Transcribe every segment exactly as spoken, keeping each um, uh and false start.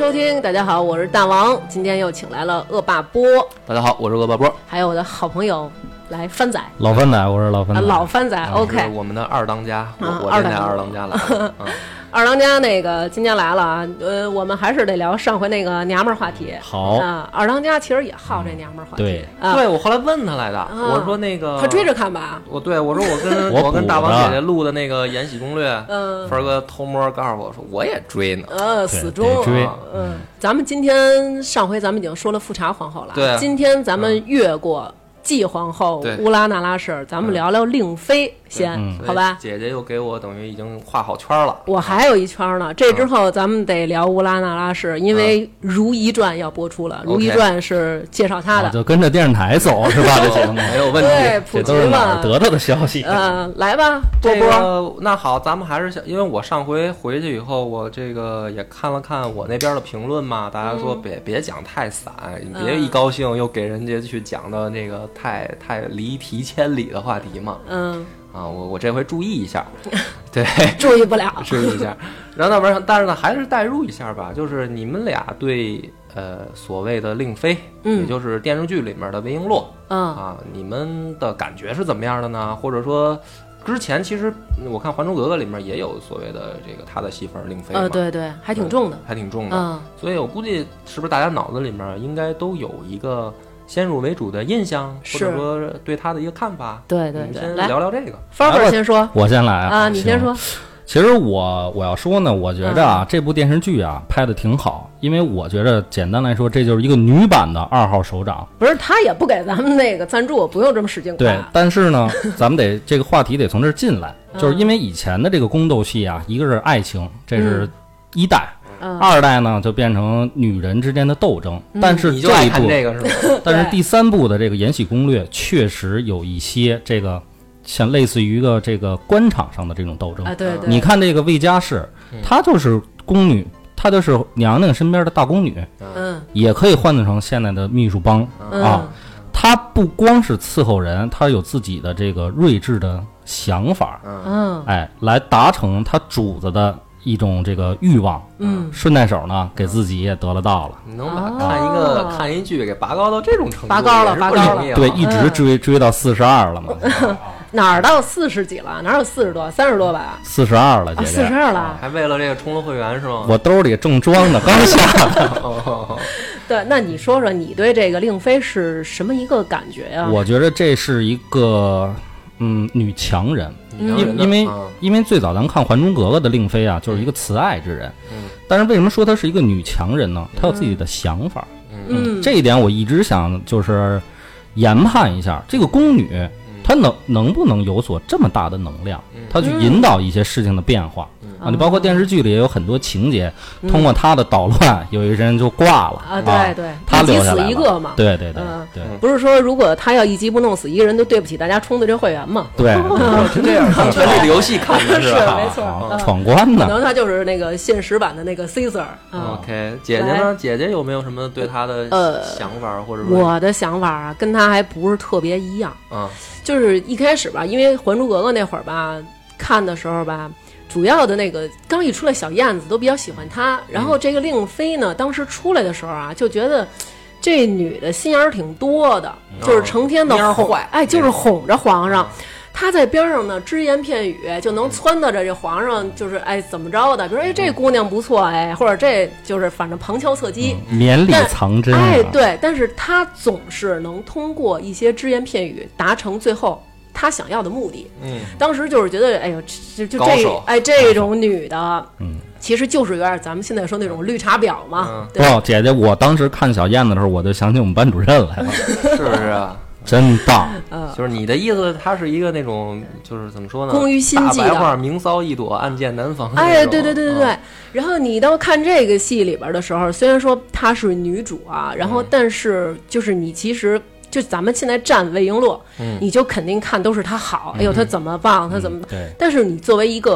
收听，大家好，我是大王，今天又请来了恶霸波。 大家好，我是恶霸波， 还有我的好朋友来番仔， 老番仔，我是老番仔， 啊、老番仔、啊、，OK， 我们的二当家， 啊、 我我这代二当家来了。嗯二当家那个今天来了啊，呃，我们还是得聊上回那个娘们儿话题。 好啊，二当家其实也好这娘们儿话题。 对， 啊、 对我后来问他来的， 啊、 我说那个他追着看吧。 我对我说我跟我, 我跟大王姐姐录的那个《延禧攻略》， 嗯， 芬儿哥偷摸告诉我说我也追呢。 呃，死忠追。 嗯，咱们今天上回咱们已经说了富察皇后了， 对， 今天咱们越过继皇后乌拉那拉氏，咱们聊聊令妃先、嗯、好吧？ 姐姐又给我等于已经画好圈了， 我还有一圈呢。这之后咱们得聊乌拉那拉氏，因为《如懿传》要播出了，《如懿传》是介绍她的， 就跟着电视台走是吧？这节目没有问题， 对， 这都是哪儿得到的消息？ 呃，来吧，波波、 这个。那好，咱们还是想，因为我上回回去以后，我这个也看了看我那边的评论嘛，大家说别、嗯、别讲太散，你别一高兴又给人家去讲的那个太太离题千里的话题嘛。 嗯。 啊，我我这回注意一下，对， 注意不了， 注意一下。然后那边，但是呢，还是代入一下吧，就是你们俩对呃所谓的令妃， 嗯， 也就是电视剧里面的魏璎珞， 嗯啊，你们的感觉是怎么样的呢？或者说，之前其实我看《还珠格格》里面也有所谓的这个他的戏份令妃嘛， 呃，对对，还挺重的， 还挺重的， 嗯， 所以我估计是不是大家脑子里面应该都有一个先入为主的印象，或者说对他的一个看法。 对对对， 先聊聊这个。 芳芳先说， 我先来啊，你先说。 其实我我要说呢，我觉着啊，嗯、这部电视剧啊拍的挺好，因为我觉着简单来说，这就是一个女版的二号首长。 不是，他也不给咱们那个赞助，不用这么使劲夸。 对，但是呢，咱们得这个话题得从这儿进来，就是因为以前的这个宫斗戏啊，一个是爱情，这是一代。 嗯二代呢就变成女人之间的斗争， 嗯、 但是这一部， 这个是吧？ 但是第三部的这个《延禧攻略》确实有一些这个像类似于一个这个官场上的这种斗争。 啊，对对。 你看这个魏佳氏，她就是宫女，她就是娘娘身边的大宫女， 嗯， 也可以换算成现在的秘书帮、 嗯、 啊。她不光是伺候人，她有自己的这个睿智的想法， 嗯， 哎，来达成她主子的一种这个欲望， 嗯， 顺带手呢，给自己也得了道了。 你能把看一个、哦、看一剧给拔高到这种程度， 拔高了，拔高了， 对，一直追、嗯、追到四十二了嘛。 哪儿到四十几了？哪有四十多？三十多吧？ 四十二了，姐姐， 四十二了， 还为了这个充了会员是吗？ 我兜里正装呢，刚下的。 哦、 对，那你说说你对这个令妃是什么一个感觉呀、啊？ 我觉得这是一个嗯女强人。 因因为、 嗯、 因为最早咱看《还珠格格》的令妃啊，就是一个慈爱之人， 嗯， 但是为什么说她是一个女强人呢？她有自己的想法， 嗯， 嗯这一点我一直想就是研判一下，这个宫女、嗯、她能能不能有所这么大的能量， 嗯、 她去引导一些事情的变化。 嗯啊，你包括电视剧里也有很多情节，嗯、通过他的捣乱，有一人就挂了啊，对对， 他留下来了，一集死一个嘛， 对对对、 嗯、 对， 不是说如果他要一集不弄死一个人，就对不起大家充的这会员嘛， 对， 是这样，《权力的游戏》看的是吧？ 没错， 啊、闯关的， 可能他就是那个现实版的那个 Caesar、嗯。 OK， 姐姐呢？姐姐有没有什么对他的想法， 呃、 或者我的想法啊，跟他还不是特别一样啊、嗯， 就是一开始吧，因为《还珠格格》那会儿吧，看的时候吧。主要的那个刚一出来，小燕子都比较喜欢她。然后这个令妃呢，当时出来的时候啊，就觉得这女的心眼儿挺多的， 哦、 就是成天的哄， 坏， 哎，就是哄着皇上。她在边上呢，只言片语就能撺掇着这皇上，就是哎怎么着的，比如说哎这姑娘不错，哎，或者这就是反正旁敲侧击， 嗯、绵里藏针、啊。 哎，对，但是她总是能通过一些只言片语达成最后他想要的目的。 嗯， 当时就是觉得，哎呦，就就这，哎，这种女的， 嗯， 其实就是有点咱们现在说那种绿茶婊嘛。 嗯、 对不，姐姐，我当时看小燕子的时候，我就想起我们班主任来了， 是不是啊？ 真棒。 嗯， 就是你的意思，他是一个那种，就是怎么说呢？ 工于心计的， 大白话，明骚一朵，暗箭难防。 哎，对对对对对。 嗯、 然后你到看这个戏里边的时候，虽然说她是女主啊，然后但是就是你其实。就咱们现在站魏璎珞， 嗯， 你就肯定看都是她好，哎呦，她怎么棒，她怎么？ 对。 但是你作为一个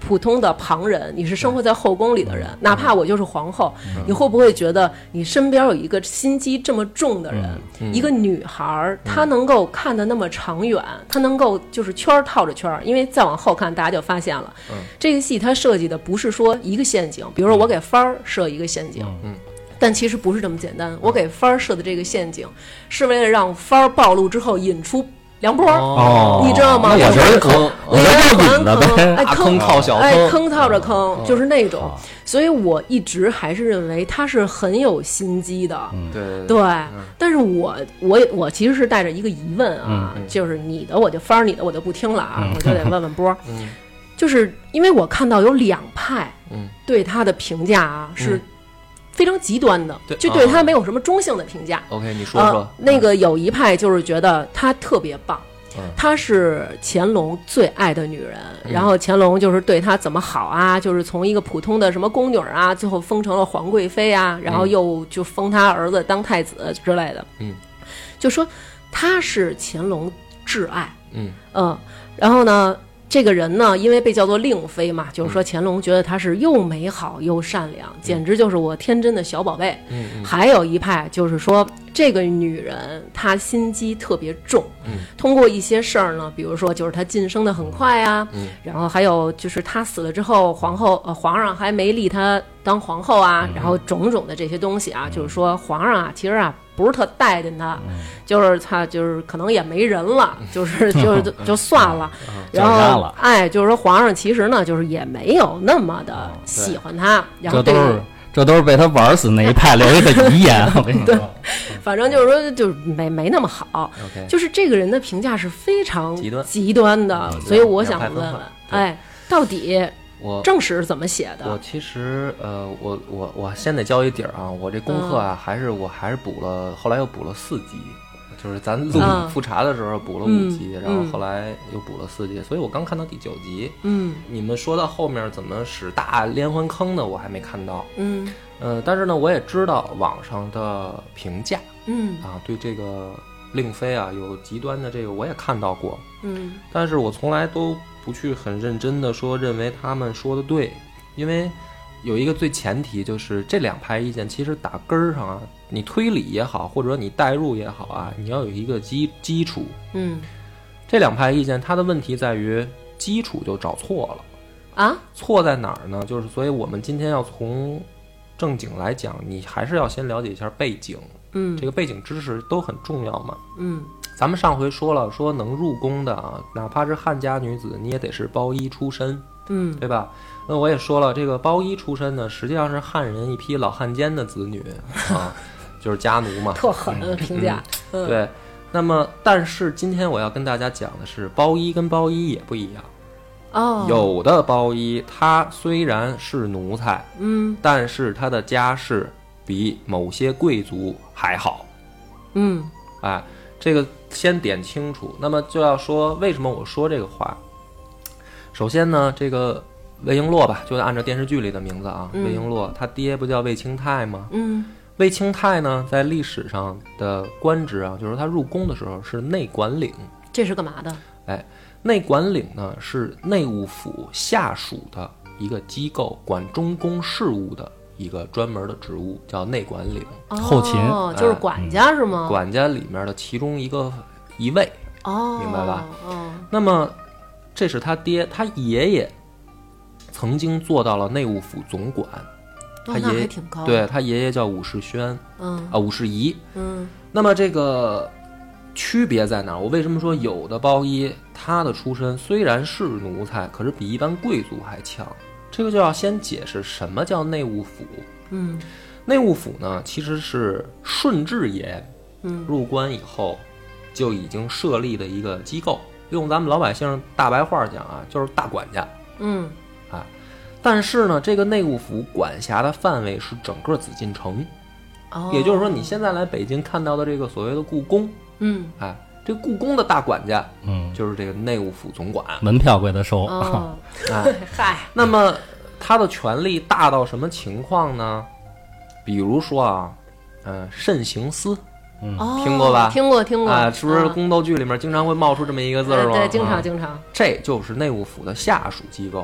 普通的旁人，你是生活在后宫里的人，哪怕我就是皇后，你会不会觉得你身边有一个心机这么重的人，一个女孩，她能够看得那么长远，她能够就是圈儿套着圈儿？因为再往后看，大家就发现了，这个戏它设计的不是说一个陷阱，比如说我给帆儿设一个陷阱，嗯。但其实不是这么简单，我给帆儿设的这个陷阱，是为了让帆儿暴露之后引出梁波， 哦， 你知道吗？ 那我觉得坑，我觉得引的呗， 哎， 坑套小坑， 哎，坑套着坑，就是那种。所以我一直还是认为他是很有心机的， 对对。但是我我我其实是带着一个疑问啊，就是你的我就帆儿，你的我就不听了啊，我就得问问波。就是因为我看到有两派，对他的评价啊是。非常极端的，就对他没有什么中性的评价。 OK， 你说说、 呃。那个有一派就是觉得他特别棒，嗯、他是乾隆最爱的女人、嗯，然后乾隆就是对他怎么好啊，就是从一个普通的什么宫女啊，最后封成了皇贵妃啊，然后又就封他儿子当太子之类的。嗯，就说他是乾隆挚爱。嗯嗯、呃，然后呢？这个人呢，因为被叫做令妃嘛，就是说乾隆觉得她是又美好又善良，嗯、简直就是我天真的小宝贝。嗯嗯、还有一派就是说，这个女人她心机特别重，嗯、通过一些事儿呢，比如说就是她晋升的很快啊，嗯、然后还有就是她死了之后，皇后呃皇上还没立她当皇后啊，嗯、然后种种的这些东西啊，嗯、就是说皇上啊，其实啊。不是特待见他、嗯，就是他就是可能也没人了，就是就就就算了。嗯、然后哎，就是说皇上其实呢，就是也没有那么的喜欢他。嗯、然后这都是这都是被他玩死那一派留下的遗言。我跟你说， 对，反正就是说就是没没那么好。 Okay. 就是这个人的评价是非常极端极端的，所以我想问问，哎，到底。 我正史是怎么写的？ 我其实呃，我我我先得交一底儿啊，我这功课啊，嗯、还是我还是补了，后来又补了四集，就是咱录复查的时候补了五集，嗯、然后后来又补了四集，所以我刚看到第九集。嗯，你们说到后面怎么使大连环坑的，我还没看到。嗯，呃，但是呢，我也知道网上的评价，嗯啊，对这个令妃啊有极端的这个我也看到过。嗯，但是我从来都。不去很认真的说认为他们说的对，因为有一个最前提就是这两派意见其实打根儿上啊，你推理也好，或者说你代入也好啊，你要有一个基基础。嗯，这两派意见它的问题在于基础就找错了啊，错在哪儿呢？就是所以我们今天要从正经来讲，你还是要先了解一下背景。嗯，这个背景知识都很重要嘛。嗯。咱们上回说了，说能入宫的啊，哪怕是汉家女子，你也得是包衣出身，嗯，对吧？那我也说了，这个包衣出身呢，实际上是汉人一批老汉奸的子女啊，就是家奴嘛， 特狠的评价。 嗯嗯、对，那么但是今天我要跟大家讲的是，包衣跟包衣也不一样。哦，有的包衣他虽然是奴才，嗯，但是他的家世比某些贵族还好。嗯，哎。这个先点清楚，那么就要说为什么我说这个话。首先呢，这个魏璎珞吧，就按照电视剧里的名字啊，嗯、魏璎珞，他爹不叫魏清泰吗？嗯，魏清泰呢，在历史上的官职啊，就是他入宫的时候是内管领。 这是干嘛的？ 哎，内管领呢是内务府下属的一个机构，管中宫事务的。一个专门的职务叫内管领， 哦、后勤、 哎、就是管家是吗？ 管家里面的其中一个一位，哦，明白吧？哦，那么这是他爹，他爷爷曾经做到了内务府总管， 哦、 他爷爷挺高， 对他爷爷叫武士轩，嗯啊武士仪，嗯，那么这个区别在哪儿？我为什么说有的包衣他的出身虽然是奴才，可是比一般贵族还强？这个就要先解释什么叫内务府。嗯，内务府呢，其实是顺治爷入关以后就已经设立的一个机构，用咱们老百姓大白话讲啊，就是大管家。嗯，啊，但是呢，这个内务府管辖的范围是整个紫禁城。哦，也就是说，你现在来北京看到的这个所谓的故宫，嗯，哎。这故宫的大管家，嗯，就是这个内务府总管， 门票归他收。 哦， 哎， 嗨， 那么他的权力大到什么情况呢？比如说啊，呃，慎刑司，嗯，听过吧？ 听过，听过。 啊，是不是宫斗剧里面经常会冒出这么一个字儿吗？ 对，经常，经常。 这就是内务府的下属机构。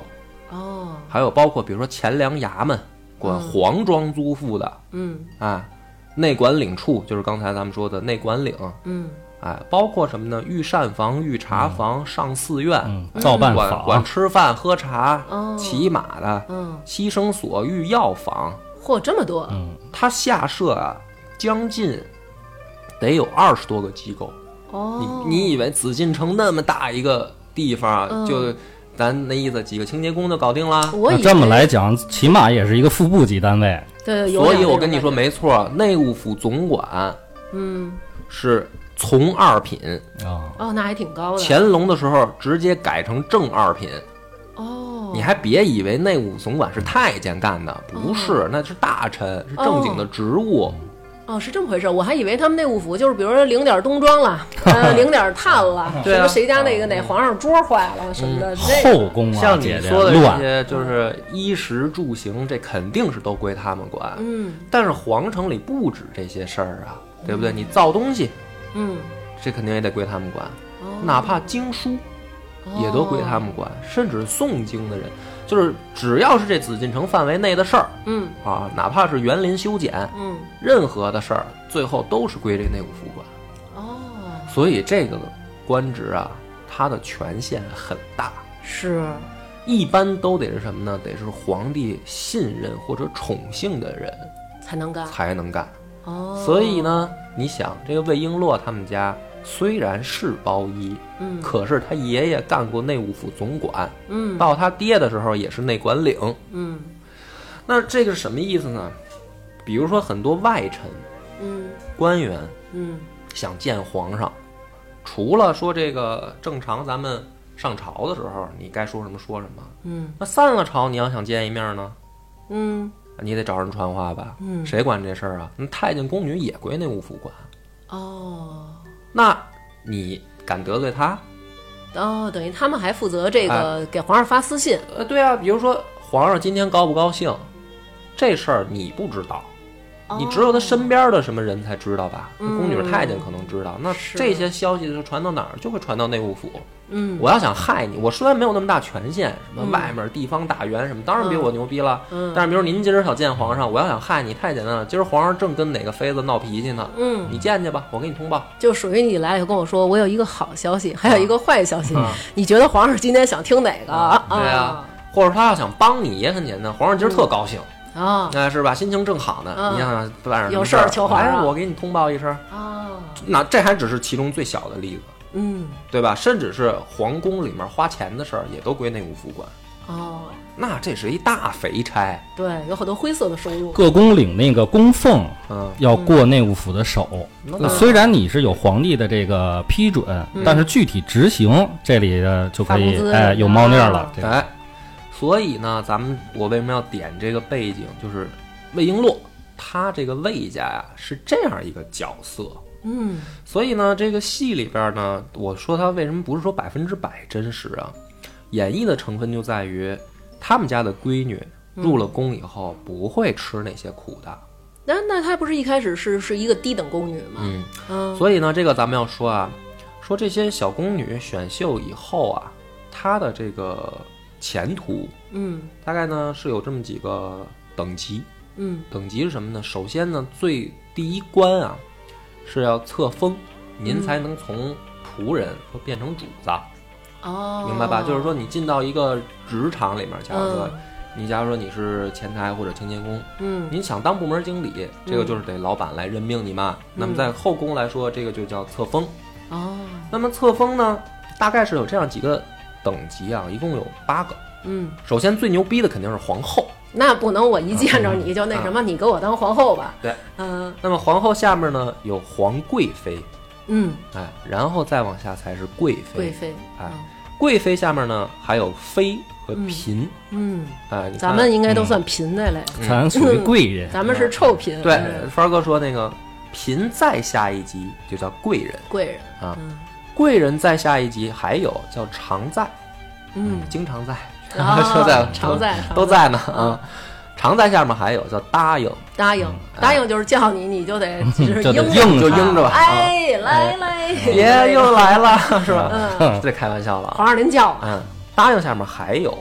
哦， 还有包括比如说钱粮衙门管黄庄租赋的， 嗯， 哎，内管领处就是刚才咱们说的内管领， 嗯， 哎，包括什么呢？御膳房、御茶房、嗯、上寺院、 嗯、造办管坊， 管吃饭喝茶、 哦、 骑马的， 嗯， 牺牲所、御药房， 嚯，这么多， 嗯， 他下设啊，将近得有二十多个机构。 哦， 你你以为紫禁城那么大一个地方， 嗯、 就咱那意思几个清洁工就搞定了？ 我以为这么来讲，起码也是一个副部级单位。 对， 所以我跟你说没错，内务府总管， 嗯， 是从二品哦， 哦，那还挺高的。 乾隆的时候直接改成正二品。 哦， 你还别以为内务总管是太监干的，不是， 哦、 那是大臣，是正经的职务。 哦，是这么回事。我还以为他们内务府就是比如说领点冬装了，呃，领点炭了， 对啊， 什么谁家那个哪皇上桌坏了什么的， 嗯、 这后宫啊， 像你说的这些，就是衣食住行，这肯定是都归他们管。 嗯， 但是皇城里不止这些事儿啊，对不对？你造东西， 嗯， 这肯定也得归他们管。 哦、 哪怕经书，也都归他们管，甚至诵经的人。就是只要是这紫禁城范围内的事儿， 嗯啊，哪怕是园林修剪， 嗯， 任何的事儿，最后都是归这内务府管。 哦， 所以这个官职啊，它的权限很大， 是， 一般都得是什么呢？得是皇帝信任或者宠幸的人才能干， 才能干。 哦， 所以呢，你想这个魏璎珞他们家。虽然是包衣， 嗯， 可是他爷爷干过内务府总管， 嗯， 到他爹的时候也是内管领， 嗯， 那这个是什么意思呢？比如说很多外臣， 嗯， 官员， 嗯， 想见皇上，除了说这个正常咱们上朝的时候，你该说什么说什么， 嗯， 那散了朝你要想见一面呢， 嗯， 你得找人传话吧， 嗯， 谁管这事儿啊？那太监宫女也归内务府管， 哦。 那你敢得罪他？ 哦，等于他们还负责这个给皇上发私信。 呃，对啊，比如说皇上今天高不高兴，这事儿你不知道， 哦、 你只有他身边的什么人才知道吧？ 嗯、 宫女太监可能知道。那这些消息就传到哪儿？就会传到内务府。 嗯， 我要想害你，我虽然没有那么大权限，什么外面地方大员什么，当然比我牛逼了。 嗯， 但是比如您今儿想见皇上，我要想害你，太简单了。今儿皇上正跟哪个妃子闹脾气呢？ 嗯， 你见去吧，我给你通报。 就属于你来了以后跟我说，我有一个好消息，还有一个坏消息。 啊、 你觉得皇上今天想听哪个？ 啊对啊，或者他要想帮你也很简单，皇上今儿特高兴。 啊， 那、嗯、是吧？心情正好呢， 嗯、 你想想晚上有事儿求皇上， 我给你通报一声啊。 那这还只是其中最小的例子， 嗯， 对吧？甚至是皇宫里面花钱的事儿，也都归内务府管。 哦， 那这是一大肥差。 对，有很多灰色的收入。 各宫领那个供奉， 嗯， 要过内务府的手。 嗯、 虽然你是有皇帝的这个批准， 嗯、 但是具体执行这里的就可以哎有猫腻了。 哎、啊，所以呢，咱们我为什么要点这个背景？就是魏璎珞她这个魏家呀是这样一个角色。 嗯， 所以呢，这个戏里边呢，我说他为什么不是说百分之百真实啊？演绎的成分就在于，他们家的闺女入了宫以后不会吃那些苦的。 那、嗯、那她不是一开始是是一个低等宫女吗？ 嗯嗯。 所以呢，这个咱们要说啊，说这些小宫女选秀以后啊，她的这个前途， 嗯， 大概呢是有这么几个等级。 嗯， 等级是什么呢？首先呢，最第一关啊。是要册封，您才能从仆人说变成主子。 哦， 明白吧？就是说你进到一个职场里面，假如说、 嗯、 你假如说你是前台或者清洁工， 嗯， 您想当部门经理，这个就是得老板来任命你嘛。嗯、那么在后宫来说，这个就叫册封。 哦， 那么册封呢，大概是有这样几个等级啊，一共有八个。 嗯， 首先最牛逼的肯定是皇后。 那不能我一见着你就那什么，嗯、你给我当皇后吧？ 对， 嗯。 那么皇后下面呢有皇贵妃， 嗯， 哎，然后再往下才是贵妃。 贵妃， 哎，贵妃下面呢还有妃和嫔。 嗯， 哎， 咱们应该都算嫔的嘞， 嗯、咱属于贵人、 嗯，咱们是臭嫔。 对，帆哥说那个嫔再下一级就叫贵人。 贵人啊， 嗯、 贵人再下一级还有叫常在， 嗯， 经常在。 都在， 常在， 都在呢啊！常在下面还有叫答应， 答应，答应就是叫你，你就得就是应应就应着吧。 哎，来来， 别又来了，是吧？ 嗯， 这开玩笑了。 皇上您叫嗯，答应下面还有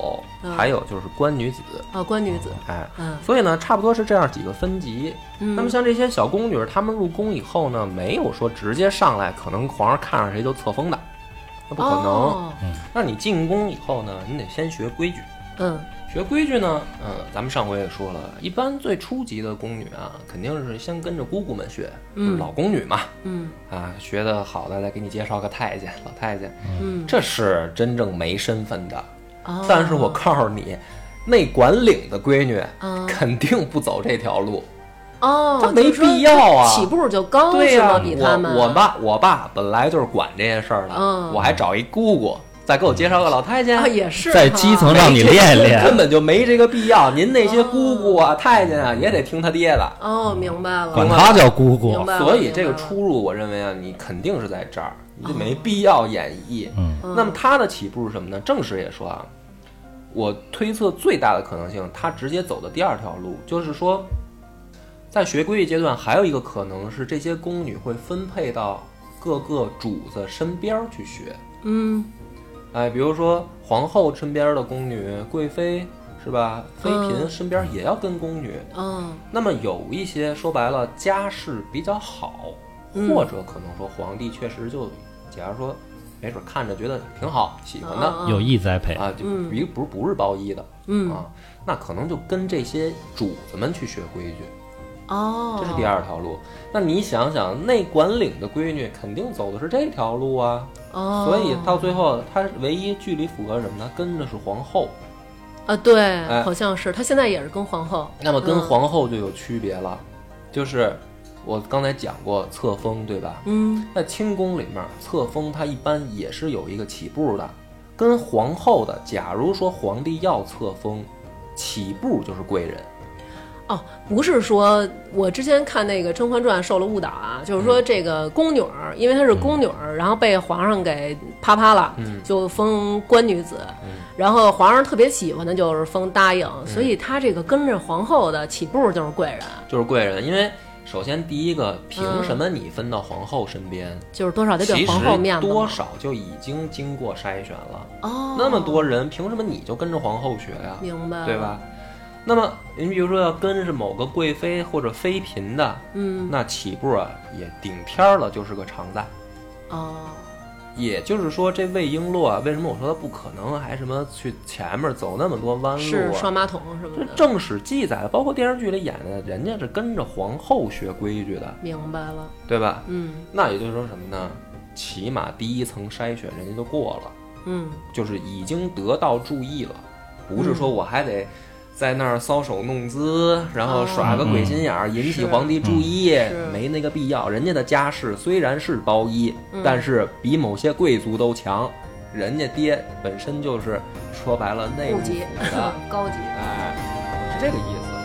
嗯、 还有就是官女子啊，官女子， 哎， 嗯， 所以呢，差不多是这样几个分级。 嗯、 那么像这些小宫女，她们入宫以后呢，没有说直接上来，可能皇上看上谁就册封的，那不可能。 哦、 那你进宫以后呢，你得先学规矩。 嗯。 学规矩呢，嗯，咱们上回也说了，一般最初级的宫女啊，肯定是先跟着姑姑们学， 嗯， 老宫女嘛， 嗯， 啊，学得好的再给你介绍个太监、老太监， 嗯， 这是真正没身份的。 哦、 但是我告诉你，内管领的闺女， 嗯， 肯定不走这条路。 哦， 这没必要啊， 起步就高， 对呀、 啊，比他们。 我我爸我爸本来就是管这些事儿的， 嗯， 我还找一姑姑。再给我介绍个老太监， 啊、也是在基层让你练练， 根本就没这个必要。您那些姑姑啊、哦、太监啊，也得听他爹的。 哦，明白了， 管他叫姑姑。 所以这个出入，我认为啊，你肯定是在这儿，你就没必要演绎。 嗯， 那么他的起步是什么呢？正史也说啊，我推测最大的可能性，他直接走的第二条路，就是说，在学规矩阶段，还有一个可能是这些宫女会分配到各个主子身边去学。 嗯。 哎，比如说皇后身边的宫女、贵妃是吧？妃嫔身边也要跟宫女。 嗯。 那么有一些说白了家世比较好， 嗯、 或者可能说皇帝确实就，假如说没准看着觉得挺好，喜欢的， 嗯、 有意栽培啊，就不不是不是包衣的， 嗯啊，那可能就跟这些主子们去学规矩。 哦， 这是第二条路。那你想想，内管领的闺女肯定走的是这条路啊。 哦， 所以到最后，她唯一距离符合什么呢？跟的是皇后。 啊，对， 哎、 好像是，她现在也是跟皇后。 那么跟皇后就有区别了，嗯、就是我刚才讲过册封，对吧？ 嗯， 在清宫里面，册封它一般也是有一个起步的。跟皇后的，假如说皇帝要册封，起步就是贵人。 哦，不是说我之前看那个《甄嬛传》受了误导啊，就是说这个宫女儿，嗯、因为她是宫女儿，然后被皇上给啪啪了， 嗯、 就封官女子， 嗯、 然后皇上特别喜欢的就是封答应， 嗯、 所以她这个跟着皇后的起步就是贵人， 就是贵人。因为首先第一个，凭什么你分到皇后身边？ 嗯、就是多少得给皇后面子， 多少就已经经过筛选了。 哦， 那么多人，凭什么你就跟着皇后学呀？ 明白， 对吧？那么，你比如说要跟是某个贵妃或者妃嫔的， 嗯， 那起步啊也顶天了，就是个常在。 哦， 也就是说，这魏璎珞啊，为什么我说她不可能还什么去前面走那么多弯路、啊？ 是刷马桶什么的。 这正史记载的，包括电视剧里演的，人家是跟着皇后学规矩的。 明白了， 对吧？ 嗯， 那也就是说什么呢？起码第一层筛选人家就过了， 嗯， 就是已经得到注意了，不是说我还得。在那儿搔首弄姿，然后耍个鬼心眼儿，引起皇帝注意，没那个必要。人家的家世虽然是包衣， 嗯、 但是比某些贵族都强。人家爹本身就是说白了内务府的高级， 哎，是这个意思。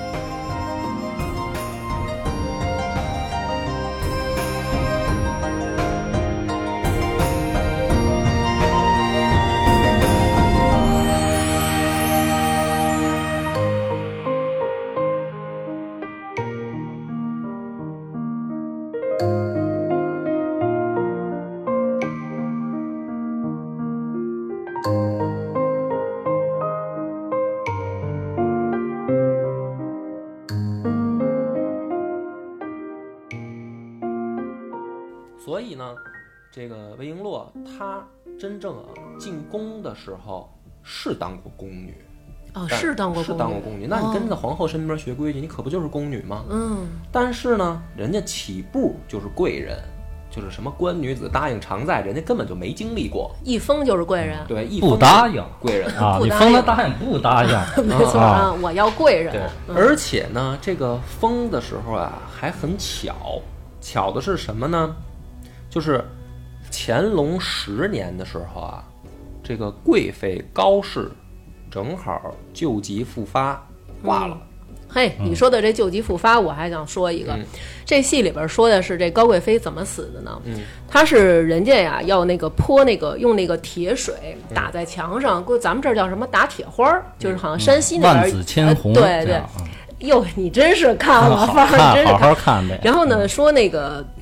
所以呢，这个魏璎珞她真正啊进宫的时候是当过宫女， 哦，是当过是当过宫女。那你跟着皇后身边学规矩，你可不就是宫女吗？ 嗯。 但是呢，人家起步就是贵人，就是什么官女子答应常在，人家根本就没经历过。 一封就是贵人， 对，一不答应贵人啊，你封他答应不答应？ 没错啊，我要贵人。 对， 嗯、 而且呢，这个封的时候啊还很巧，巧的是什么呢？就是乾隆十年的时候啊，这个贵妃高氏正好旧疾复发挂了。 嗯嘿，你说的这旧疾复发，我还想说一个， 嗯、 这戏里边说的是这高贵妃怎么死的呢？ 嗯， 她是人家呀要那个泼那个用那个铁水打在墙上，过、嗯、咱们这儿叫什么打铁花，嗯、就是好像山西那边、 万紫千红， 呃、对对。哟，你真是看了， 好看， 真是好好看呗。 然后呢，说那个。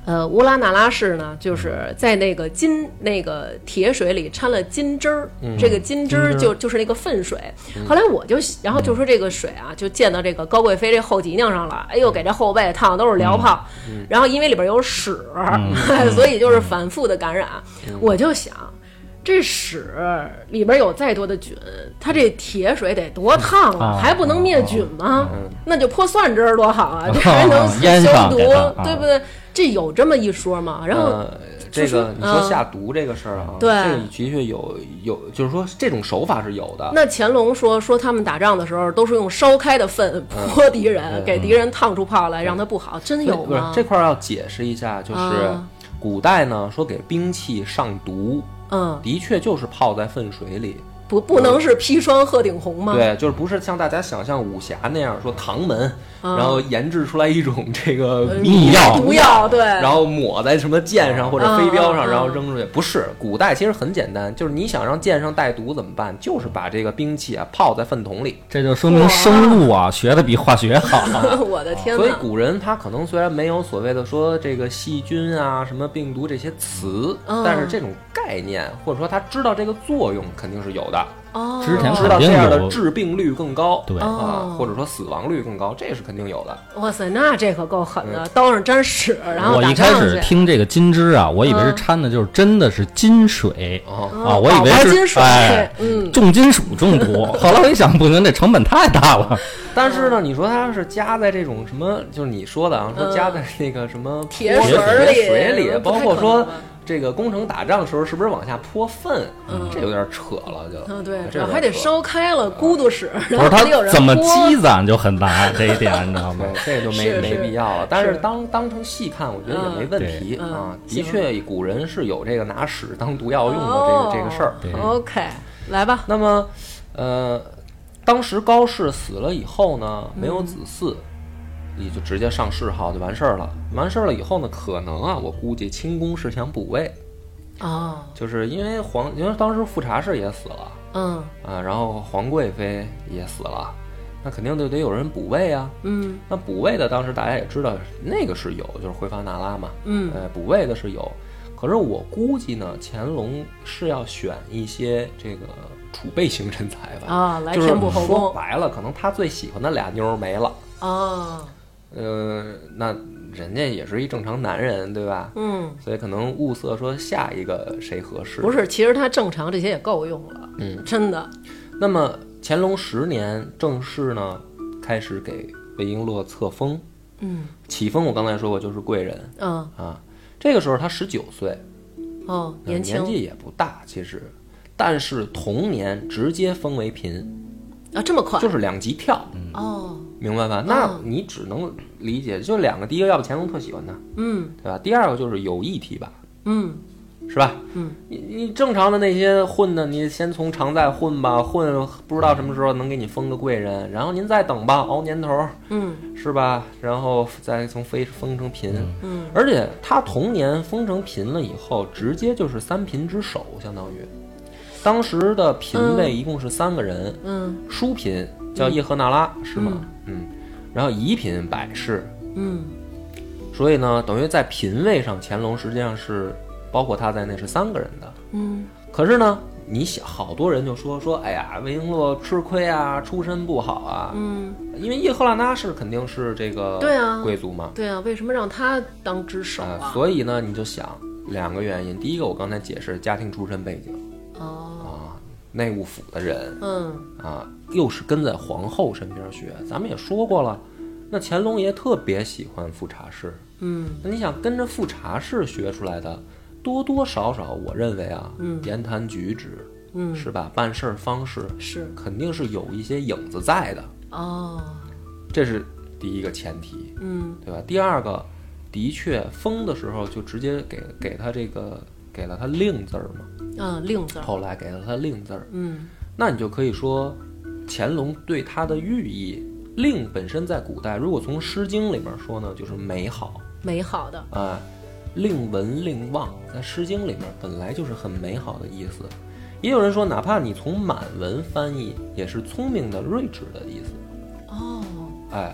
呃，乌拉那拉氏呢，就是在那个金那个铁水里掺了金汁儿， 嗯、 这个金汁儿就就是那个粪水。嗯、后来我就，然后就说这个水啊，就溅到这个高贵妃这后脊梁上了，哎呦，给这后背烫都是燎泡。嗯、然后因为里边有屎，嗯、所以就是反复的感染。嗯、我就想。这屎里边有再多的菌，它这铁水得多烫啊，还不能灭菌吗？那就泼蒜汁儿多好啊，这还能消毒，对不对？这有这么一说吗？然后这个你说下毒这个事儿啊， 对， 这个的确有有，就是说这种手法是有的。 那乾隆说说他们打仗的时候都是用烧开的粪泼敌人，给敌人烫出泡来，让他不好，真有吗？ 这块要解释一下，就是古代呢说给兵器上毒。 嗯， 的确就是泡在粪水里， 不不能是砒霜鹤顶红吗？ 对，就是不是像大家想象武侠那样说唐门，嗯、然后研制出来一种这个秘药、 毒药，对， 然后抹在什么剑上或者飞镖上， 嗯、 然后扔出去。不是，古代其实很简单，就是你想让剑上带毒怎么办？就是把这个兵器啊泡在粪桶里。 这就说明生物啊学的比化学好。 我的天哪！ 所以古人他可能虽然没有所谓的说这个细菌啊、什么病毒这些词， 嗯、 但是这种概念或者说他知道这个作用肯定是有的。 哦， 之前知道这样的致病率更高， 对啊， 哦、 或者说死亡率更高，这是肯定有的。 哇塞，那这可够狠的，嗯、刀上沾屎，然后我一开始听这个金汁啊，我以为是掺的就是真的是金水、 嗯、 啊，我以为是金水， 哎， 嗯， 重金属中毒。后来我一想，不行，这成本太大了。 但是呢，你说它是加在这种什么，就是你说的啊，说加在那个什么铁水里， 水里，包括说。这个攻城打仗的时候是不是往下泼粪？嗯，这有点扯了，就嗯对，这还得烧开了咕嘟屎，然后还得有人怎么积攒就很难这一点，你知道吗？ 这就没没必要了。但是当当成细看，我觉得也没问题嗯、 啊。的确，古人是有这个拿屎当毒药用的这个、哦、这个事儿。 OK， 来吧。 那么，呃，当时高适死了以后呢，没有子嗣。嗯你就直接上谥号就完事儿了。完事儿了以后呢，可能啊，我估计清宫是想补位， 哦， 就是因为皇，因为当时富察氏也死了， 嗯啊，然后皇贵妃也死了，那肯定就得有人补位啊， 嗯， 那补位的当时大家也知道，那个是有，就是辉发那拉嘛， 嗯， 呃，补位的是有，可是我估计呢，乾隆是要选一些这个储备型人才吧， 啊，来填补后宫。 说白了，可能他最喜欢的俩妞没了， 哦。 呃，那人家也是一正常男人，对吧？ 嗯， 所以可能物色说下一个谁合适。 不是，其实他正常这些也够用了， 嗯， 真的。 那么乾隆十年正式呢，开始给魏璎珞册封， 嗯， 启封我刚才说过就是贵人， 嗯啊，这个时候他十九岁， 哦，年轻， 年纪也不大，其实，但是同年直接封为嫔， 啊，这么快， 就是两级跳， 嗯、哦。 明白吧？那你只能理解就两个，第一个要不乾隆特喜欢他， 嗯，对吧？第二个就是有意提拔， 嗯， 是吧？ 嗯， 你你正常的那些混的，你先从常在混吧，混不知道什么时候能给你封个贵人，然后您再等吧，熬年头， 嗯， 是吧？然后再从妃封成嫔， 嗯， 而且他同年封成嫔了以后，直接就是三嫔之首，相当于当时的嫔位一共是三个人， 嗯， 淑嫔叫叶赫那拉， 嗯、 是吗？嗯，然后仪嫔百氏， 嗯， 所以呢，等于在嫔位上，乾隆实际上是包括他在内是三个人的， 嗯。 可是呢，你想，好多人就说说，哎呀，魏璎珞吃亏啊，出身不好啊， 嗯， 因为叶赫那拉氏肯定是这个对啊贵族嘛， 对啊，为什么让他当之首啊？ 呃、所以呢，你就想两个原因，第一个我刚才解释家庭出身背景， 哦， 啊，内务府的人， 嗯， 啊。又是跟在皇后身边学，咱们也说过了，那乾隆爷特别喜欢富察氏， 嗯， 那你想跟着富察氏学出来的，多多少少我认为啊， 嗯， 言谈举止， 嗯， 是吧？办事方式是肯定是有一些影子在的， 哦， 这是第一个前提， 嗯， 对吧？第二个，的确封的时候就直接给给他这个给了他令字儿嘛， 啊，令字， 后来给了他令字儿， 嗯， 那你就可以说。乾隆对他的寓意，令本身在古代，如果从《诗经》里面说呢，就是美好， 美好的啊、呃，令文令望，在《诗经》里面本来就是很美好的意思。也有人说，哪怕你从满文翻译，也是聪明的、睿智的意思。 哦， 哎，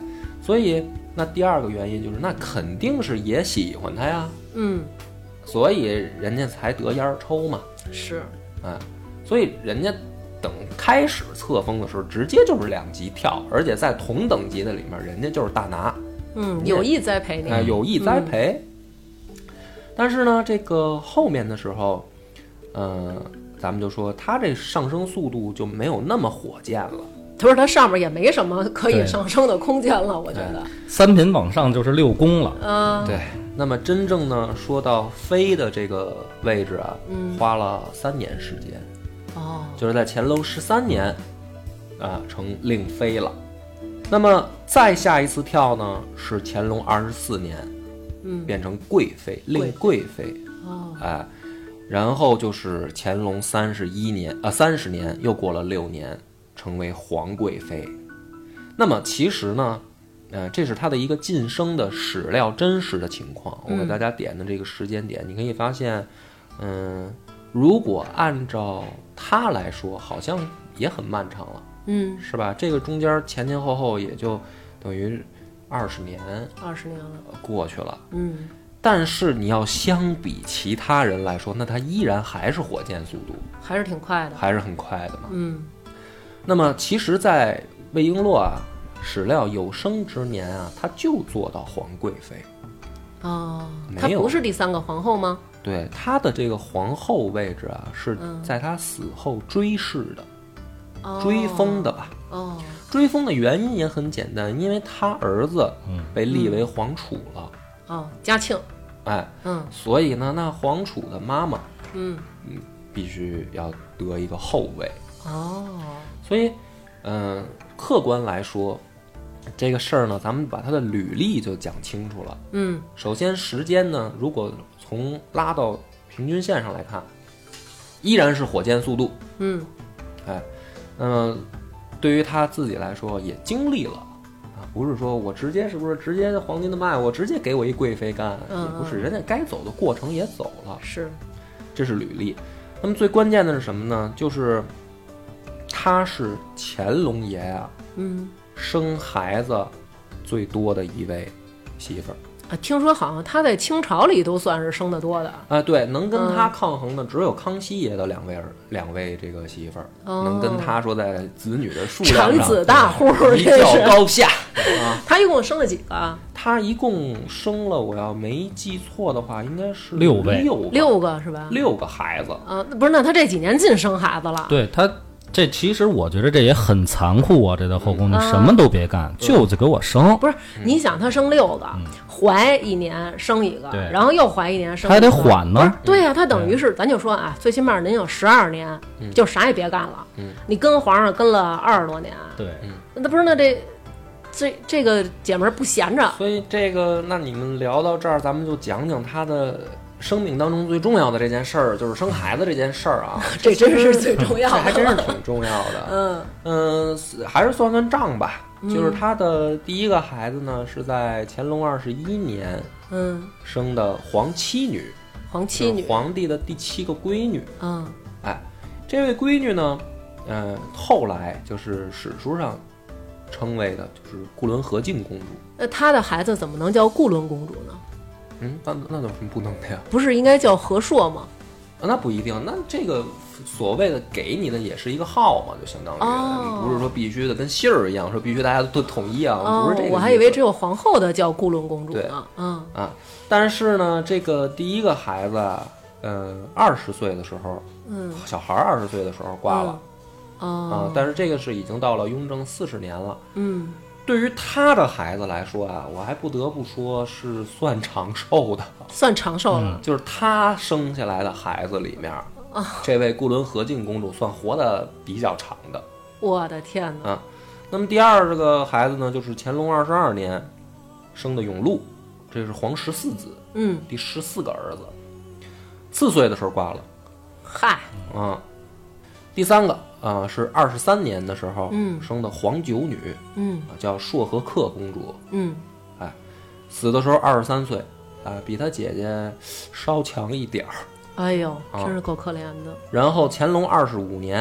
所以那第二个原因就是，那肯定是也喜欢他呀， 嗯， 所以人家才得烟抽嘛， 是， 啊，所以人家等开始册封的时候，直接就是两级跳，而且在同等级的里面，人家就是大拿， 嗯，有意栽培你， 哎、呃，有意栽培。嗯、但是呢，这个后面的时候，呃，咱们就说他这上升速度就没有那么火箭了。 他说他上面也没什么可以上升的空间了，我觉得三品往上就是六宫了。 嗯、呃， 对。那么真正呢，说到妃的这个位置啊， 嗯， 花了三年时间。 哦， 就是在乾隆十三年，啊，成令妃了。那么再下一次跳呢，是乾隆二十四年， 嗯， 变成贵妃，令贵妃。 哦， 哎，然后就是乾隆三十一年啊，三十年，又过了六年，成为皇贵妃。那么其实呢，呃，这是他的一个晋升的史料真实的情况。我给大家点的这个时间点，嗯、你可以发现，嗯。如果按照他来说，好像也很漫长了， 嗯， 是吧？这个中间前前后后也就等于二十年， 二十年了过去了， 嗯。 但是你要相比其他人来说，那他依然还是火箭速度， 还是挺快的， 还是很快的嘛。 嗯。 那么其实，在魏璎珞啊史料有生之年啊，他就做到皇贵妃。 哦，她不是第三个皇后吗？ 对，她的这个皇后位置啊，是在她死后追谥的， 嗯、 追封的吧？ 哦， 追封的原因也很简单，因为他儿子被立为皇储了。 嗯、哦，嘉庆。 哎， 嗯， 所以呢，那皇储的妈妈， 嗯嗯，必须要得一个后位。 哦， 所以，嗯、呃，客观来说。这个事儿呢，咱们把它的履历就讲清楚了。 嗯， 首先时间呢，如果从拉到平均线上来看，依然是火箭速度。 嗯， 哎，那么对于他自己来说，也经历了啊，不是说我直接是不是直接黄金的脉，我直接给我一贵妃干， 嗯、 也不是，人家该走的过程也走了。 是， 这是履历。那么最关键的是什么呢？就是他是乾隆爷啊。 嗯。 生孩子最多的一位媳妇儿啊，听说好像他在清朝里都算是生得多的啊、 呃。对，能跟他抗衡的只有康熙爷的两位儿、嗯、两位这个媳妇儿、哦，能跟他说在子女的数量上长子大户一较高下啊。 他一共生了几个？ 他一共生了，我要没记错的话，应该是六位， 六个六个是吧？ 六个孩子啊，不是？那他这几年净生孩子了？ 对他。这其实我觉得这也很残酷啊！这个后宫就什么都别干，嗯、就得给我生。 不是，你想他生六个，嗯、怀一年生一个，然后又怀一年生一个， 还得缓呢。 对呀、啊，他等于是咱就说啊，最起码您有十二年， 嗯、 就啥也别干了。 嗯、 你跟皇上跟了二十多年， 对， 那不是那这这这个姐们儿不闲着。 所以这个，那你们聊到这儿，咱们就讲讲他的。生命当中最重要的这件事儿就是生孩子这件事儿啊， 这真是最重要的， 这还真是挺重要的。 嗯嗯、呃，还是算算账吧。嗯、就是他的第一个孩子呢，是在乾隆二十一年， 嗯， 生的皇七女， 皇七女， 皇帝的第七个闺女。 嗯， 哎，这位闺女呢，呃，后来就是史书上称谓的就是固伦和敬公主。 那她的孩子怎么能叫固伦公主呢？ 嗯，那那有什么不能的呀？ 不是应该叫和硕吗？ 啊，那不一定。那这个所谓的给你的也是一个号嘛，就相当于、 哦、 你不是说必须的跟姓儿一样，说必须大家都统一啊， 哦、 不是这个。 我还以为只有皇后的叫固伦公主呢。嗯啊，但是呢，这个第一个孩子，呃，二十岁的时候， 嗯， 小孩二十岁的时候挂了， 嗯、哦、 啊，但是这个是已经到了雍正四十年了， 嗯。 对于他的孩子来说啊，我还不得不说是算长寿的， 算长寿了、 嗯。就是他生下来的孩子里面， 啊、 这位固伦和敬公主算活得比较长的。 我的天哪！ 啊，那么第二个孩子呢，就是乾隆二十二年生的永禄，这是皇十四子， 嗯， 第十四个儿子，四岁的时候挂了。 嗨， 啊，第三个啊、呃、是二十三年的时候， 嗯， 生的皇九女， 嗯， 叫硕和克公主， 嗯， 哎，死的时候二十三岁，啊、呃，比她姐姐稍强一点儿。 哎呦， 啊、 真是够可怜的。 然后乾隆二十五年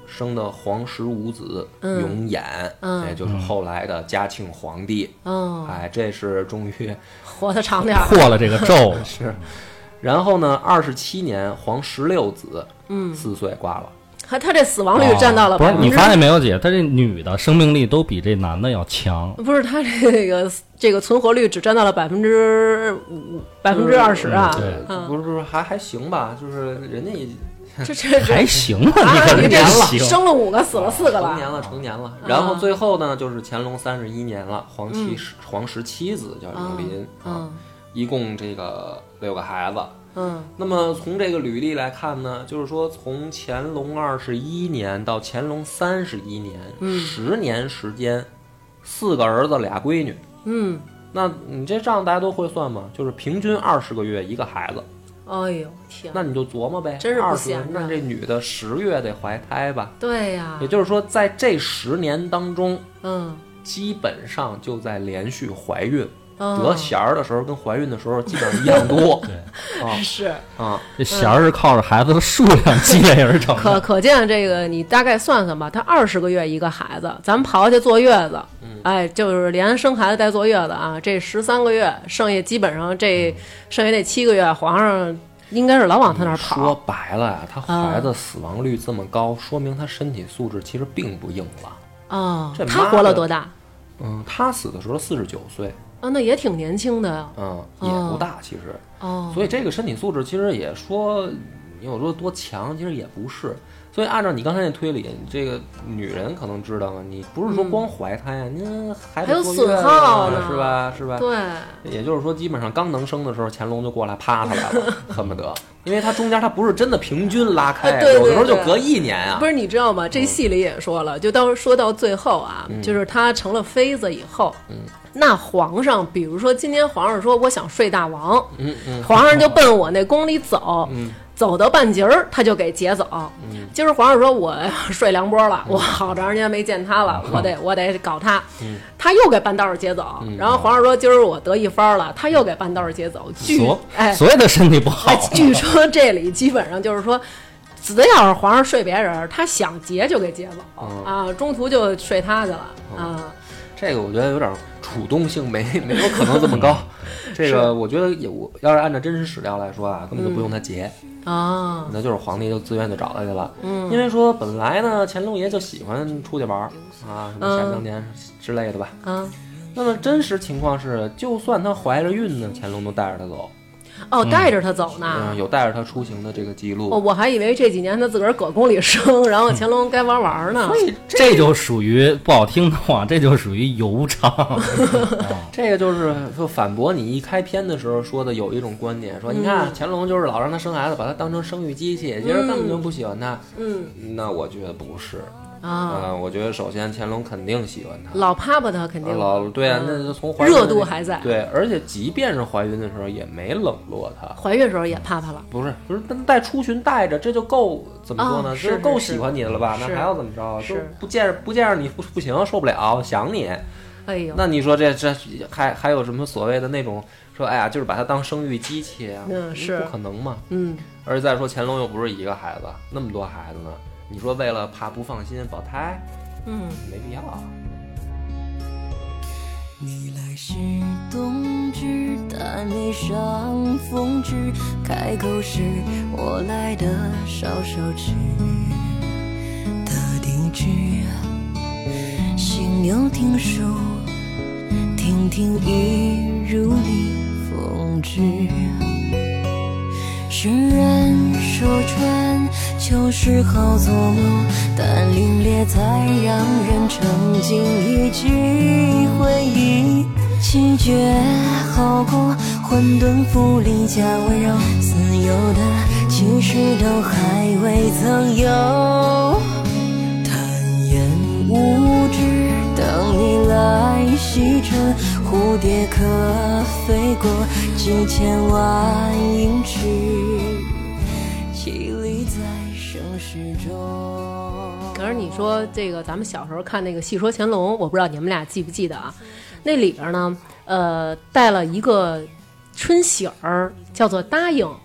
生的皇十五子永琰， 嗯， 这就是后来的嘉庆皇帝。 哦， 哎，这是终于活得长点儿， 破了这个咒了。 是。然后呢，二十七年皇十六子， 嗯， 四岁挂了。 他他这死亡率占到了、 哦、不是你发现没有姐，他这女的生命力都比这男的要强。 不是他这个这个存活率只占到了百分之五百分之二十啊， 对， 嗯、 不是不是还还行吧，就是人家也这这还行啊， 啊你可这行， 生了五个死了四个了， 成年了成年了。然后最后呢，就是乾隆三十一年了，皇七、嗯、皇十七子叫永璘、 嗯、 啊，一共这个六个孩子。 嗯， 那么从这个履历来看呢，就是说从乾隆二十一年到乾隆三十一年， 嗯， 十年时间，四个儿子俩闺女， 嗯， 那你这账大家都会算吗？就是平均二十个月一个孩子。 哎呦天！ 那你就琢磨呗， 真是不闲着。那这女的十月得怀胎吧？ 对呀、啊。 也就是说，在这十年当中， 嗯， 基本上就在连续怀孕。 哦、 得弦儿的时候跟怀孕的时候基本上一样多。 对， 啊， 是啊， 这弦儿是靠着孩子的数量积累而成的。 可可见这个，你大概算算吧，他二十个月一个孩子，咱们刨去坐月子， 嗯、 哎，就是连生孩子带坐月子啊，这十三个月，剩下基本上这、嗯、剩下这七个月，皇上应该是老往他那儿跑。 说白了呀，他孩子死亡率这么高，嗯、说明他身体素质其实并不硬朗。 哦， 这他活了多大？ 嗯，他死的时候四十九岁。 啊，那也挺年轻的呀。 嗯，也不大，其实。 哦。 所以这个身体素质其实也说，你有说多强，其实也不是。所以按照你刚才那推理，这个女人可能知道嘛，你不是说光怀胎啊， 嗯、 您还还有损耗呢， 是吧？是吧？ 对。 也就是说，基本上刚能生的时候，乾隆就过来趴他来了，恨不得，因为他中间他不是真的平均拉开， 啊、对对对， 有的时候就隔一年啊。 不是，你知道吗？这戏里也说了，嗯、就到说到最后啊， 嗯、 就是他成了妃子以后， 嗯。 那皇上，比如说今天皇上说我想睡大王， 嗯嗯， 皇上就奔我那宫里走， 嗯， 走到半截儿他就给劫走。 嗯， 今儿皇上说我睡梁波了，嗯、我好长时间没见他了，嗯、我得我得搞他， 嗯， 他又给半道儿劫走。 嗯、 然后皇上说今儿我得一番了，他又给半道儿劫走。据哎， 所谓的身体不好、 哎，据说这里基本上就是说。只要是皇上睡别人，他想劫就给劫走、 嗯、 啊，中途就睡他去了、 嗯、 啊。 这个我觉得有点主动性没没有可能这么高。这个我觉得也，我要是按照真实史料来说啊，根本就不用他劫啊、嗯， 那就是皇帝就自愿就找他去了。 嗯， 因为说本来呢，乾隆爷就喜欢出去玩啊，什么下江年之类的吧。 嗯， 那么真实情况是，就算他怀着孕呢，乾隆都带着他走。 哦，带着他走呢、 嗯，有带着他出行的这个记录。 哦，我还以为这几年他自个儿搁宫里生，然后乾隆该玩玩呢。 所以这就属于不好听的话，这就属于游唱。 这个就是说反驳你一开篇的时候说的有一种观点，说你看乾隆就是老让他生孩子，把他当成生育机器，其实根本就不喜欢他。 嗯， 那我觉得不是。 啊、 呃，我觉得首先乾隆肯定喜欢他， 老啪啪他肯定老对啊， 嗯、 那从怀孕热度还在， 对，而且即便是怀孕的时候也没冷落他， 怀孕时候也啪啪了， 不是不是，带出巡带着，这就够怎么说呢？ 哦、 这就够喜欢你的了吧？那还要怎么着？就不见着不见着你不不行，受不了，想你。 哎呦， 那你说这这还还有什么所谓的那种说，哎呀，就是把它当生育机器啊？ 嗯，是不可能嘛。 嗯， 而且再说乾隆又不是一个孩子，那么多孩子呢，你说为了怕不放心保胎？ 嗯， 没必要啊。 你来是冬至，但没上风至。开口时，我来的稍稍迟。的地址，心有听书，听听一如里风至。世人说春秋时好做梦，但凛冽才让人沉浸一记回忆。气绝好过混沌富丽加温柔，自由的其实都还未曾有。坦言无知，等你来西沉，蝴蝶可飞过几千万英尺，绮丽在盛世中。 可是你说这个，咱们小时候看那个《戏说乾隆》，我不知道你们俩记不记得啊？那里边呢，呃，带了一个春喜儿，叫做答应。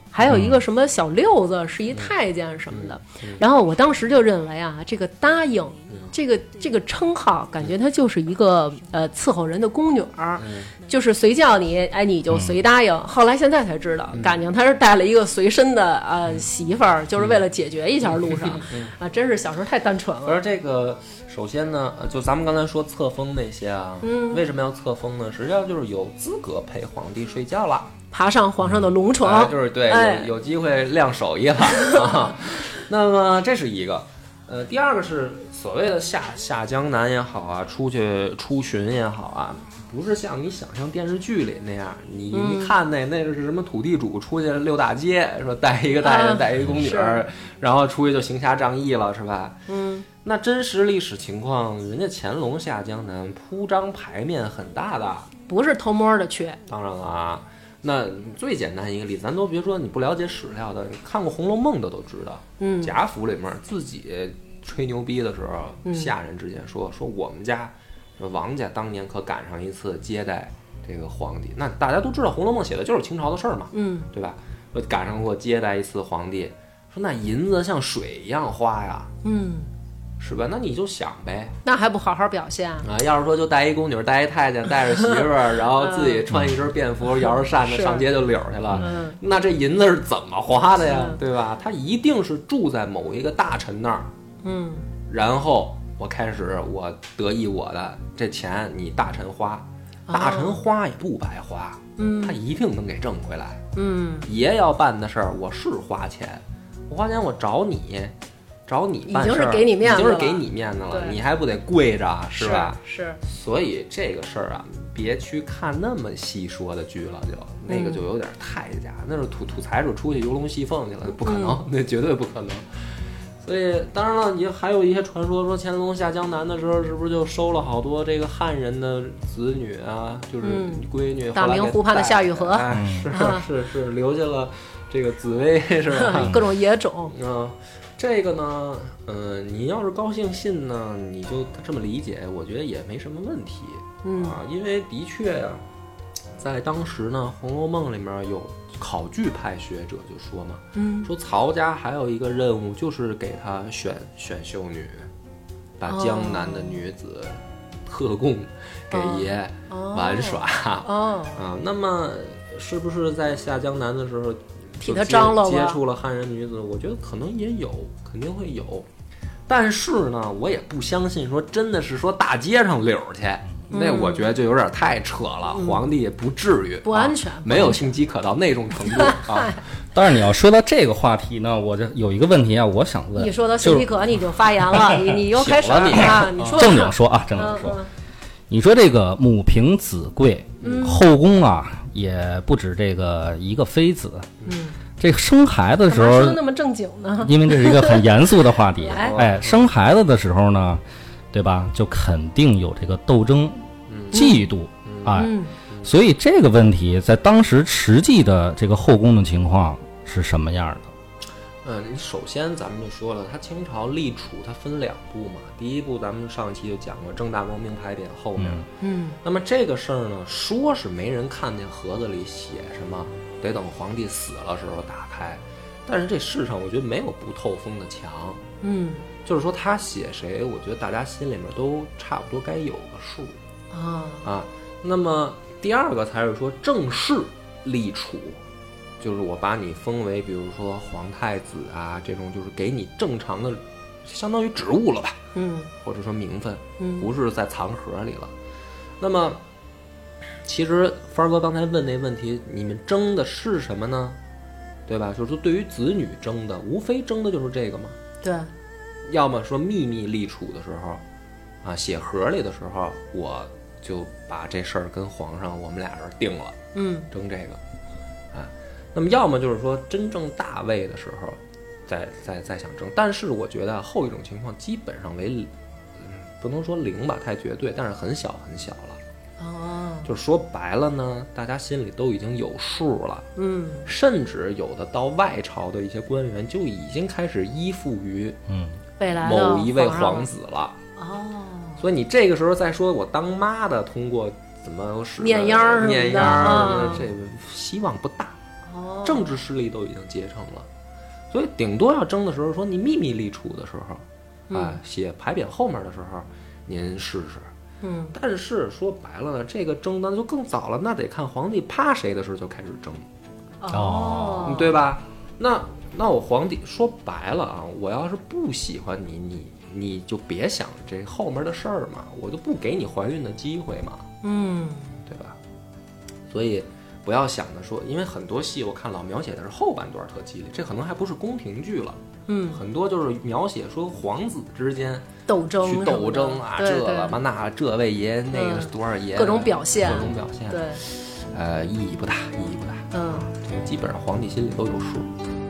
还有一个什么小六子是一太监什么的。然后我当时就认为啊，这个答应这个这个称号，感觉她就是一个呃伺候人的宫女儿，就是随叫你，哎，你就随答应。后来现在才知道，感情她是带了一个随身的呃媳妇儿，就是为了解决一下路上啊，真是小时候太单纯了。 而这个。首先呢，就咱们刚才说册封那些啊，嗯，为什么要册封呢？实际上就是有资格陪皇帝睡觉了， 爬上皇上的龙床， 哎、就是对，哎、有有机会亮手艺了啊。那么这是一个，呃，第二个是所谓的下下江南也好啊，出去出巡也好啊，不是像你想象电视剧里那样，你一看那、嗯、那是什么土地主出去溜大街，说带一个带人、啊、带一个宫女，然后出去就行侠仗义了，是吧？嗯。那真实历史情况，人家乾隆下江南铺张牌面很大的， 不是偷摸的去。 当然了啊，那最简单一个例子，咱都别说你不了解史料的，看过《红楼梦》的都知道。嗯，贾府里面自己吹牛逼的时候，嗯、下人之间说说我们家王家当年可赶上一次接待这个皇帝，那大家都知道《红楼梦》写的就是清朝的事儿嘛，嗯，对吧？我赶上过接待一次皇帝，说那银子像水一样花呀，嗯。是吧？那你就想呗， 那还不好好表现啊？ 要是说就带一宫女，带一太监，带着媳妇儿，然后自己穿一身便服，摇着扇子上街就溜去了，嗯、那这银子是怎么花的呀？对吧？他一定是住在某一个大臣那儿，嗯，然后我开始我得意我的这钱你大臣花，大臣花也不白花，嗯，他一定能给挣回来，嗯，爷要办的事儿我是花钱，我花钱我找你。找你办事儿， 已经是给你面子了， 已经是给你面子了，你还不得跪着，是吧？ 是。是所以这个事儿啊，别去看那么细说的剧了，就那个就有点太假，嗯、那是土土财主出去游龙戏凤去了，不可能，嗯、那绝对不可能。所以当然了，你还有一些传说说乾隆下江南的时候，是不是就收了好多这个汉人的子女啊，就是闺女， 嗯、大明湖畔的夏雨荷， 哎，是是是，留下了这个紫薇，是吧？ 各种野种， 嗯。这个呢，呃，你要是高兴信呢，你就这么理解，我觉得也没什么问题，嗯啊，因为的确呀、啊，在当时呢，《红楼梦》里面有考据派学者就说嘛，嗯，说曹家还有一个任务就是给他选选秀女，把江南的女子特供给爷玩耍，哦，啊，那么是不是在下江南的时候？ 替他张罗接触了汉人女子，我觉得可能也有，肯定会有，但是呢，我也不相信说真的是说大街上溜去，嗯、那我觉得就有点太扯了，嗯、皇帝也不至于， 不安全， 啊、没有性饥渴到那种程度啊。 但是你要说到这个话题呢，我就有一个问题啊，我想问， 你说到性饥渴，你就发言了，你你又开始了，你啊，你说正经说啊，正经说，嗯、你说这个母凭子贵，嗯、后宫啊。也不止这个一个妃子，嗯，这个生孩子的时候说那么正经呢？ 因为这是一个很严肃的话题，哎，生孩子的时候呢，对吧？就肯定有这个斗争、嗯、嫉妒，哎、嗯，所以这个问题在当时实际的这个后宫的情况是什么样的？ 嗯，你首先咱们就说了，它清朝立储它分两步嘛。第一步咱们上一期就讲过正大光明牌匾后面，嗯，那么这个事儿呢，说是没人看见盒子里写什么，得等皇帝死了时候打开。但是这世上我觉得没有不透风的墙，嗯，就是说他写谁，我觉得大家心里面都差不多该有个数啊啊。那么第二个才是说正式立储。就是我把你封为比如说皇太子啊，这种就是给你正常的相当于职务了吧，嗯，或者说名分，嗯，不是在藏盒里了。那么其实帆儿哥刚才问那问题，你们争的是什么呢？对吧？就是说对于子女争的无非争的就是这个嘛， 对， 要么说秘密立储的时候啊，写盒里的时候我就把这事儿跟皇上我们俩人定了，嗯，争这个啊。那么要么就是说真正大位的时候再再再想争，但是我觉得后一种情况基本上为、嗯、不能说零吧，太绝对，但是很小很小了。哦，就说白了呢，大家心里都已经有数了，嗯，甚至有的到外朝的一些官员就已经开始依附于嗯某一位皇子了。哦，所以你这个时候再说我当妈的通过怎么使面秧儿面秧儿，这个希望不大。 哦， 政治势力都已经结成了，所以顶多要争的时候，说你秘密立储的时候，啊，写牌匾后面的时候，您试试。 嗯， 但是说白了呢，这个争那就更早了，那得看皇帝怕谁的时候就开始争， 哦， 对吧？那那我皇帝说白了啊，我要是不喜欢你，你你就别想这后面的事儿嘛，我就不给你怀孕的机会嘛， 嗯， 对吧？所以不要想着说，因为很多戏我看老描写的是后半段特激烈，这可能还不是宫廷剧了。 嗯， 很多就是描写说皇子之间斗争去斗争啊，这了嘛那这位爷那个多少爷， 各种表现， 各种表现， 对， 呃，意义不大，意义不大。 嗯， 这个基本上皇帝心里都有数。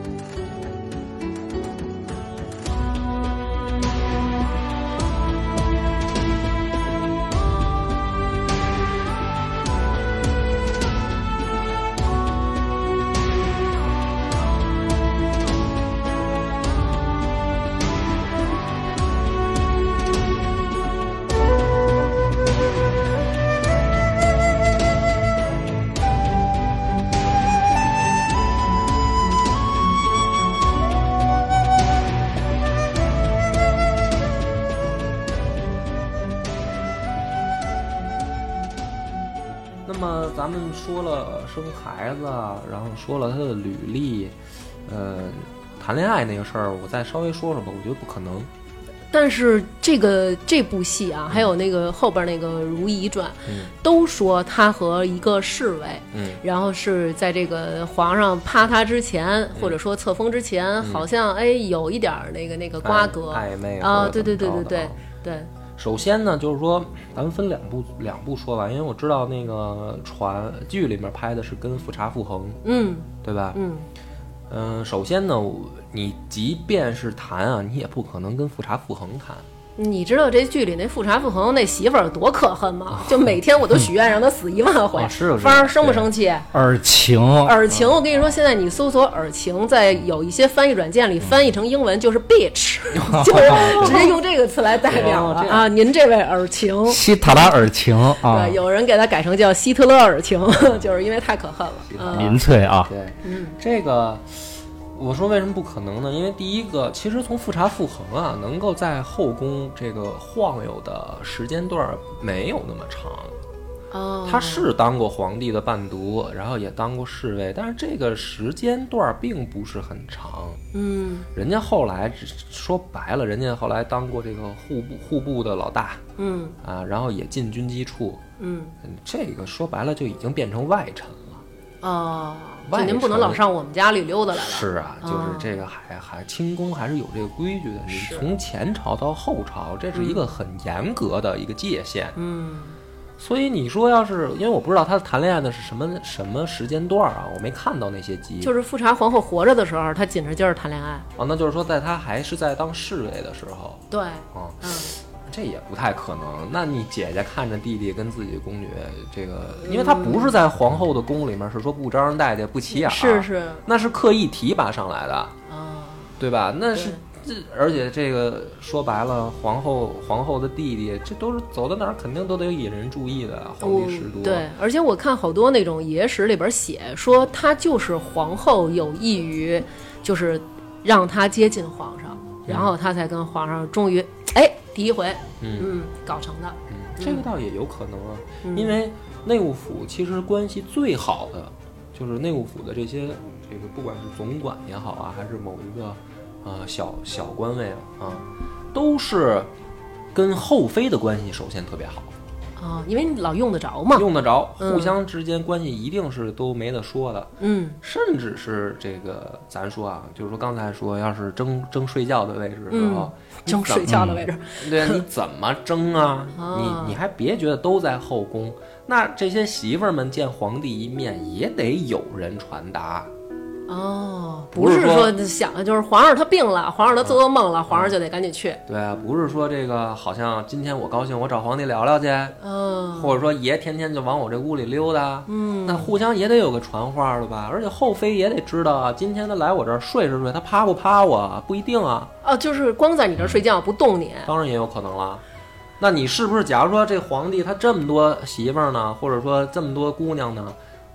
那么咱们说了生孩子，然后说了他的履历，呃，谈恋爱那个事儿，我再稍微说说吧。我觉得不可能。 但是这个这部戏啊，还有那个后边那个《如懿传》， 嗯， 都说他和一个侍卫， 嗯， 然后是在这个皇上趴他之前，或者说册封之前， 嗯、 好像哎有一点那个那个瓜葛暧昧啊，对对对对对对。 首先呢，就是说，咱们分两部两部说吧，因为我知道那个传剧里面拍的是跟富察傅恒， 嗯， 对吧？ 嗯， 嗯、呃，首先呢，你即便是谈啊，你也不可能跟富察傅恒谈。 你知道这剧里那富察傅恒那媳妇儿多可恨吗？就每天我都许愿让他死一万回。 哦、是芳儿生不生气？ 尔晴， 尔晴，我跟你说，现在你搜索尔晴，在有一些翻译软件里翻译成英文就是 bitch，、嗯、就是直接用这个词来代表了、哦、啊。您这位尔晴， 希塔拉尔晴啊， 对，有人给他改成叫希特勒尔晴，就是因为太可恨了。嗯、 民粹啊， 对，嗯，这个。我说为什么不可能呢？因为第一个，其实从富察傅恒啊，能够在后宫这个晃悠的时间段没有那么长。 哦， 他是当过皇帝的伴读，然后也当过侍卫，但是这个时间段并不是很长。 嗯， 人家后来说白了，人家后来当过这个户部户部的老大。 嗯啊，然后也进军机处。 嗯， 这个说白了就已经变成外臣了。 哦。就您不能老上我们家里溜达来了。 是啊，就是这个还、哦、还清宫还是有这个规矩的。你从前朝到后朝，这是一个很严格的一个界限。 嗯， 所以你说要是，因为我不知道他谈恋爱的是什么什么时间段啊，我没看到那些集。 就是富察皇后活着的时候，他紧着劲儿谈恋爱。 哦，那就是说在他还是在当侍卫的时候。 对， 哦、 嗯。 这也不太可能。那你姐姐看着弟弟跟自己公女，这个，因为他不是在皇后的宫里面，是说不招人待见，不起眼， 是是， 那是刻意提拔上来的， 啊， 对吧？那是这，而且这个说白了，皇后皇后的弟弟，这都是走到哪儿肯定都得引人注意的，皇帝士多。 对，而且我看好多那种野史里边写说，他就是皇后有意于，就是让他接近皇上，然后他才跟皇上终于哎。第一回， 嗯嗯，搞成的， 嗯，这个倒也有可能啊， 嗯、 因为内务府其实关系最好的，就是内务府的这些，这个不管是总管也好啊，还是某一个，呃，小小官位啊，都是跟后妃的关系首先特别好。 啊，因为你老用得着嘛， 用得着， 嗯、 互相之间关系一定是都没得说的。 嗯， 甚至是这个，咱说啊，就是说刚才说，要是争争睡觉的位置的时候， 嗯、争睡觉的位置， 嗯、对，你怎么争啊？ 啊你你还别觉得都在后宫，那这些媳妇儿们见皇帝一面也得有人传达。 哦，不是说想的就是皇上他病了，皇上他做噩梦了，嗯、皇上就得赶紧去。 对啊，不是说这个好像今天我高兴，我找皇帝聊聊去， 嗯， 或者说爷天天就往我这屋里溜达， 嗯， 那互相也得有个传话的吧，而且后妃也得知道啊，今天他来我这儿睡是睡，他趴不趴我不一定啊。 哦，就是光在你这儿睡觉不动你， 当然也有可能了。那你是不是假如说这皇帝他这么多媳妇儿呢，或者说这么多姑娘呢？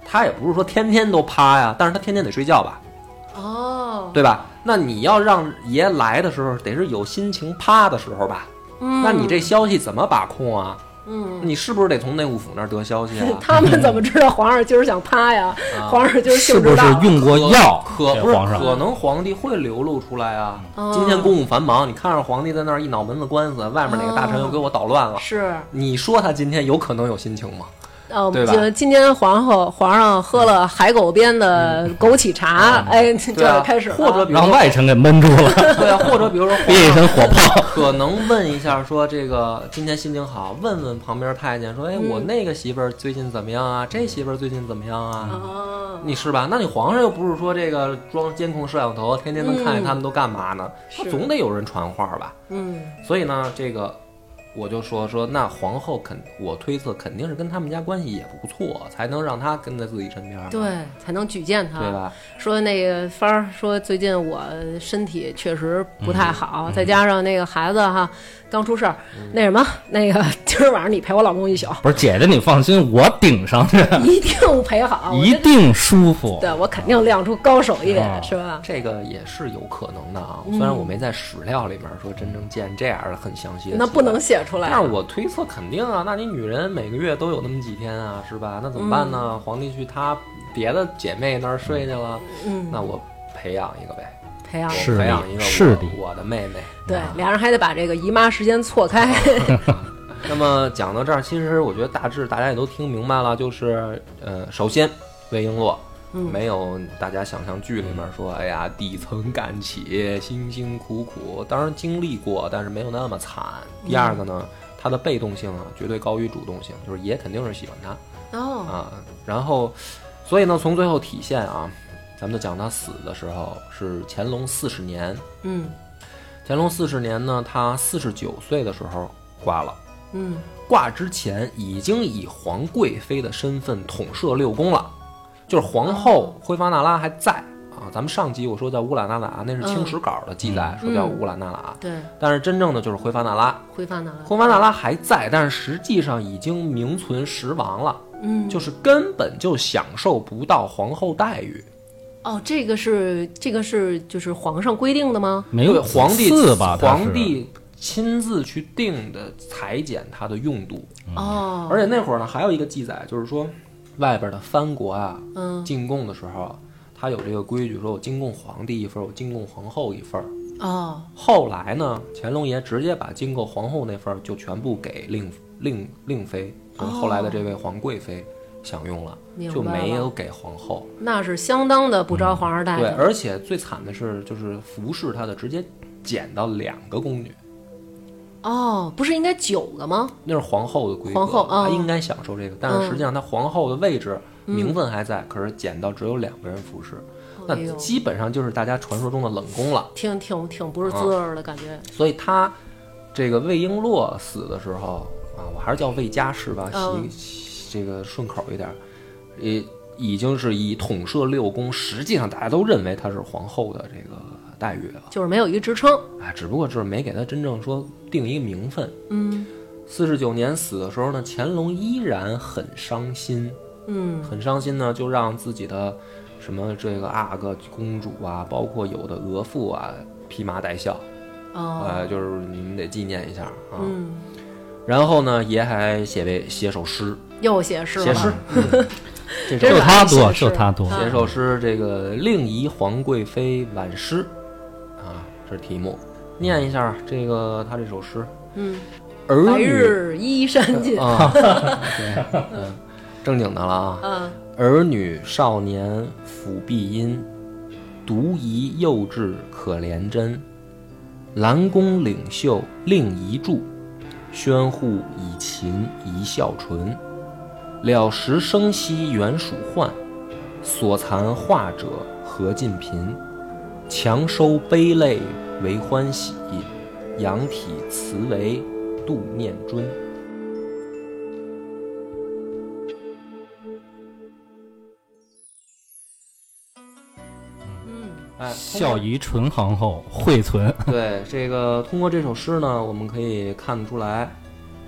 他也不是说天天都趴呀，但是他天天得睡觉吧， 哦， 对吧？那你要让爷来的时候，得是有心情趴的时候吧？ 嗯， 那你这消息怎么把控啊？ 嗯， 你是不是得从内务府那儿得消息啊？ 他们怎么知道皇上今儿想趴呀？ 啊、 皇上今儿是不是用过药？ 可不是， 皇上可能皇帝会流露出来啊。 哦、 今天公务繁忙，你看着皇帝在那儿一脑门子官司，外面哪个大臣又给我捣乱了？ 哦、是， 你说他今天有可能有心情吗？ 哦， 对吧？ 今天皇后皇上喝了海狗鞭的枸杞茶，嗯、哎，就要开始了。 或者比如让外臣给闷住了。 对啊，或者比如说憋一身火炮， 可能问一下说这个今天心情好，问问旁边太监说，哎， 嗯、 我那个媳妇儿最近怎么样啊？这媳妇儿最近怎么样啊？ 哦， 你是吧？那你皇上又不是说这个装监控摄像头，天天能看见他们都干嘛呢？他、嗯、总得有人传话吧？ 嗯， 所以呢，这个。我就说说，那皇后肯，我推测肯定是跟他们家关系也不错，才能让她跟在自己身边， 对，才能举荐她， 对吧？ 说那个芳儿说最近我身体确实不太好， 嗯、 再加上那个孩子哈刚出事儿，嗯、那什么那个今儿晚上你陪我老公一宿。 不是姐姐，你放心，我顶上去， 一定陪好， 一定舒服。 对，我肯定亮出高手艺， 哦、 是吧？ 这个也是有可能的啊，虽然我没在史料里面说真正见这样的很详细的， 那不能写出来。 但是我推测肯定啊，那你女人每个月都有那么几天啊，是吧？那怎么办呢？嗯、皇帝去他别的姐妹那儿睡去了， 嗯， 那我培养一个呗。 培养我培养一个是的， 我的妹妹。 对，俩人还得把这个姨妈时间错开。 那么讲到这儿，其实我觉得大致大家也都听明白了，就是呃，首先魏璎珞、嗯、没有大家想象剧里面说，哎呀，底层干起，辛辛苦苦，当然经历过，但是没有那么惨。第二个呢，她的被动性啊，绝对高于主动性，就是爷肯定是喜欢她哦啊。然后，所以呢，从最后体现啊。咱们就讲他死的时候是乾隆四十年， 嗯， 乾隆四十年呢，他四十九岁的时候挂了， 嗯， 挂之前已经以皇贵妃的身份统摄六宫了，就是皇后辉发那拉还在啊。咱们上集我说叫乌拉那拉，那是清史稿的记载， 嗯、 说叫乌拉那拉， 对， 但是真正的就是辉发那拉， 辉发那拉， 辉发那拉还在，但是实际上已经名存实亡了， 嗯， 就是根本就享受不到皇后待遇。 哦，这个是这个是就是皇上规定的吗？ 没有， 皇帝吧？ 皇帝亲自去定的裁减它的用度。 哦， 而且那会儿呢，还有一个记载，就是说外边的藩国啊， 嗯， 进贡的时候，他有这个规矩，说我进贡皇帝一份，我进贡皇后一份。 哦， 后来呢，乾隆爷直接把进贡皇后那份就全部给令令令妃，就是后来的这位皇贵妃。享用了，就没有给皇后， 那是相当的不招皇上待、嗯。 对，而且最惨的是，就是服侍她的直接减到两个宫女。 哦，不是应该九个吗？ 那是皇后的规格， 皇后啊， 她应该享受这个，但是实际上她皇后的位置、 嗯、 名分还在，可是减到只有两个人服侍， 哎、 那基本上就是大家传说中的冷宫了， 挺挺挺不是滋味的感觉。 嗯、所以她这个魏璎珞死的时候啊，我还是叫魏佳氏吧， 嗯这个顺口一点，也已经是以统摄六宫，实际上大家都认为她是皇后的这个待遇了， 就是没有一个职称， 哎，只不过就是没给她真正说定一个名分。 嗯， 四十九年死的时候呢，乾隆依然很伤心， 嗯， 很伤心呢，就让自己的什么这个阿哥公主啊，包括有的额驸啊，披麻戴孝， 哦， 呃，就是你们得纪念一下啊。 嗯。 然后呢，爷还写为写首诗， 又写诗了， 写诗，嗯、这就他多，就他多。 写首诗，这个令仪皇贵妃挽诗，啊，这是题目，念一下这个他这首诗。 嗯， 儿女白日依山尽啊，对，嗯，正经的了啊。 嗯， 儿女少年抚碧阴，独宜幼稚可怜真。兰宫领袖令仪著。宣护以勤一孝纯，了时生息原属患，所残化者何尽贫？强收悲泪为欢喜，仰体慈为度念尊。哎， 孝仪纯皇后惠存。 对，这个通过这首诗呢，我们可以看得出来，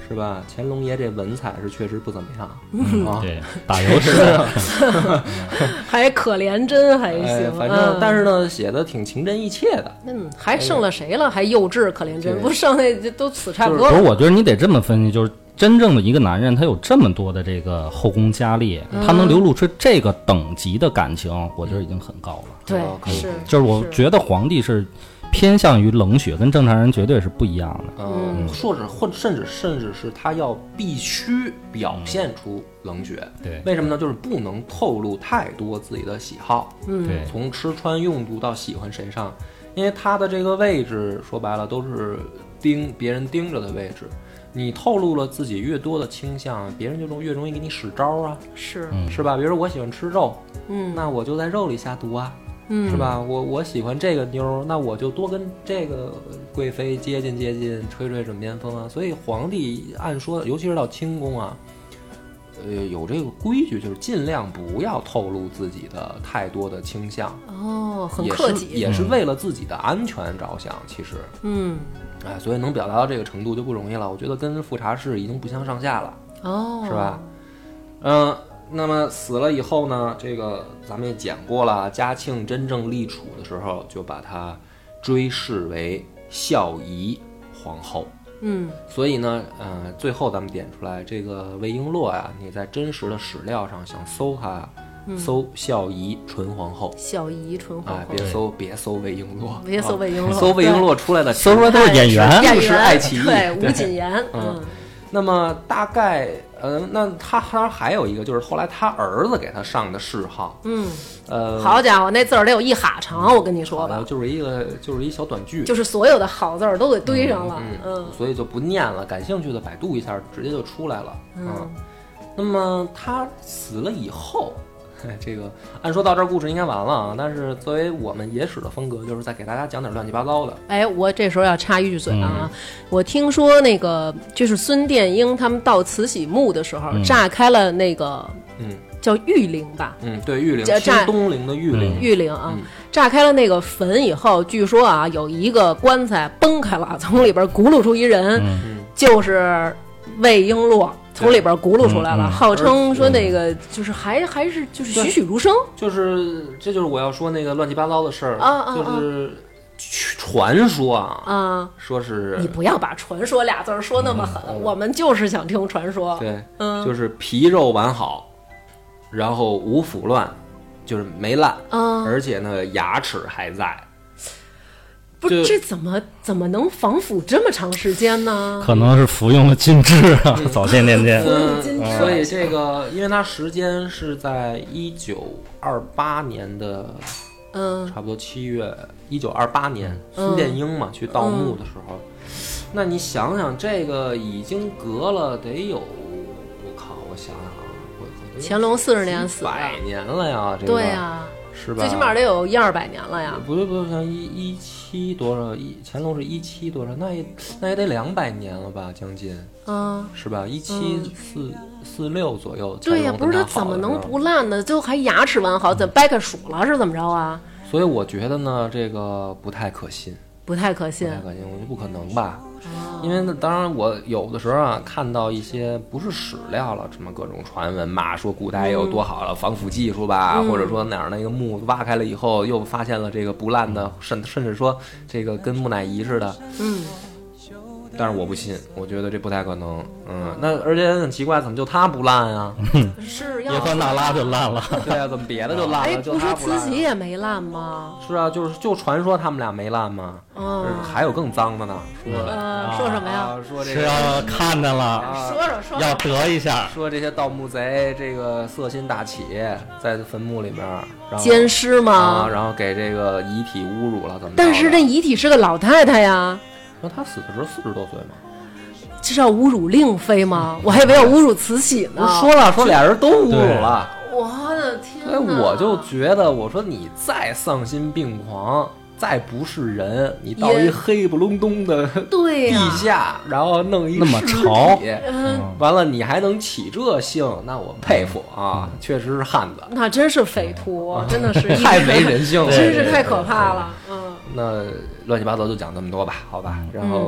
是吧？乾隆爷这文采是确实不怎么样， 嗯啊、 对，打油诗， 还可怜真还行， 哎、反正、 嗯、 但是呢，写的挺情真意切的。 嗯，还剩了谁了？还幼稚可怜真，不剩下都死差不多了。不是，我觉得你得这么分析，就是真正的一个男人，他有这么多的这个后宫佳丽，嗯、他能流露出这个等级的感情，我觉得已经很高了。 对， 嗯、 是， 就是我觉得皇帝是偏向于冷血，跟正常人绝对是不一样的。 嗯，或者或甚至甚至是他要必须表现出冷血。 嗯、对， 为什么呢？就是不能透露太多自己的喜好。 嗯， 对， 从吃穿用度到喜欢谁上，因为他的这个位置说白了都是盯别人盯着的位置。你透露了自己越多的倾向，别人就越容易给你使招啊， 是、 嗯、 是吧？比如说我喜欢吃肉， 嗯， 那我就在肉里下毒啊。 嗯， 是吧？我我喜欢这个妞，那我就多跟这个贵妃接近接近，吹吹枕边风啊。所以皇帝按说，尤其是到清宫啊，呃，有这个规矩，就是尽量不要透露自己的太多的倾向。 哦，很客气， 也是，也是为了自己的安全着想。其实， 嗯， 哎，所以能表达到这个程度就不容易了。我觉得跟富察氏已经不相上下了， 哦， 是吧？嗯。那么死了以后呢，这个咱们也讲过了，嘉庆真正立储的时候，就把他追谥为孝仪皇后。 嗯， 所以呢，呃，最后咱们点出来，这个魏璎珞呀，你在真实的史料上想搜她，嗯、搜孝仪纯皇后， 孝仪纯皇后， 哎，别搜别搜魏璎珞， 别搜魏璎珞， 搜魏璎珞出来的， 搜出来都是演员， 就是爱奇艺， 对，吴谨言， 嗯。 嗯那么大概，呃，那他他还有一个，就是后来他儿子给他上的谥号， 嗯， 呃， 好家伙，那字儿得有一哈长，我跟你说吧， 就是一个就是一小短句， 就是所有的好字儿都给堆上了， 嗯， 嗯， 所以就不念了，感兴趣的百度一下，直接就出来了， 嗯。 嗯那么他死了以后。这个按说到这儿故事应该完了啊，但是作为我们野史的风格，就是再给大家讲点乱七八糟的。 哎，我这时候要插一句嘴啊， 嗯、 我听说那个就是孙殿英他们到慈禧墓的时候，嗯、炸开了那个， 嗯， 叫玉陵吧？ 嗯，对，玉陵， 清东陵的玉陵， 玉陵啊， 嗯、 炸开了那个坟以后，据说啊，有一个棺材崩开了，从里边轱辘出一人， 嗯、 就是魏璎珞。从里边轱辘出来了， 嗯嗯、 号称说那个就是还还是就是栩栩如生， 就是这就是我要说那个乱七八糟的事儿啊， 就是传说啊， 啊， 说是你不要把传说俩字说那么狠，嗯、我们就是想听传说。 对， 嗯， 就是皮肉完好，然后无腐乱，就是没烂， 嗯， 而且呢牙齿还在。 不是这怎么怎么能防腐这么长时间呢？ 可能是服用了禁制啊，早些年间。 嗯， 所以这个，因为它时间是在一九二八年的， 嗯， 差不多七月，一九二八年，孙殿英嘛、嗯、去盗墓的时候，嗯、那你想想，这个已经隔了得有，我靠，我想想啊，我乾隆四十年死， 百年了呀，这个对呀。 是吧？ 最起码得有一二百年了呀！ 不对不对，像一一七多少一乾隆是一七多少，那也那也得两百年了吧，将近， 嗯， 是吧？一七四四六左右。 对呀，不是他怎么能不烂呢？就还牙齿完好，怎么掰开数了是怎么着啊？ 所以我觉得呢，这个不太可信， 不太可信， 不太可信，我觉得不可能吧。因为呢，当然我有的时候啊，看到一些不是史料了，什么各种传闻嘛，说古代有多好了防腐技术吧， 嗯、 或者说哪儿那个墓挖开了以后又发现了这个不烂的，甚甚至说这个跟木乃伊似的， 嗯。 但是我不信，我觉得这不太可能。嗯，那而且很奇怪，怎么就他不烂呀？ 是要叶赫那拉就烂了。 对啊，怎么别的就烂了？ 哎， 就他不烂。慈禧也没烂吗？ 是啊，就是就传说他们俩没烂吗？ 嗯， 还有更脏的呢。说呃，说什么呀？ 啊、说这个是要看见了， 啊、 说说说， 要得一下。 说这些盗墓贼这个色心大起，在坟墓里面然后奸尸吗？ 啊，然后给这个遗体侮辱了，怎么？ 但是这遗体是个老太太呀。 那他死的时候四十多岁吗？ 这是要侮辱令妃吗？我还以为要侮辱慈禧呢。 说了说俩人都侮辱了， 我的天哪！ 所以我就觉得，我说你再丧心病狂，再不是人，你到一黑不隆咚的对地下，然后弄一那么潮， 嗯， 完了你还能起这性，那我佩服啊，确实是汉子。 那真是匪徒，真的是太没人性了， 真是太可怕了。嗯， 那乱七八糟就讲这么多吧，好吧。然后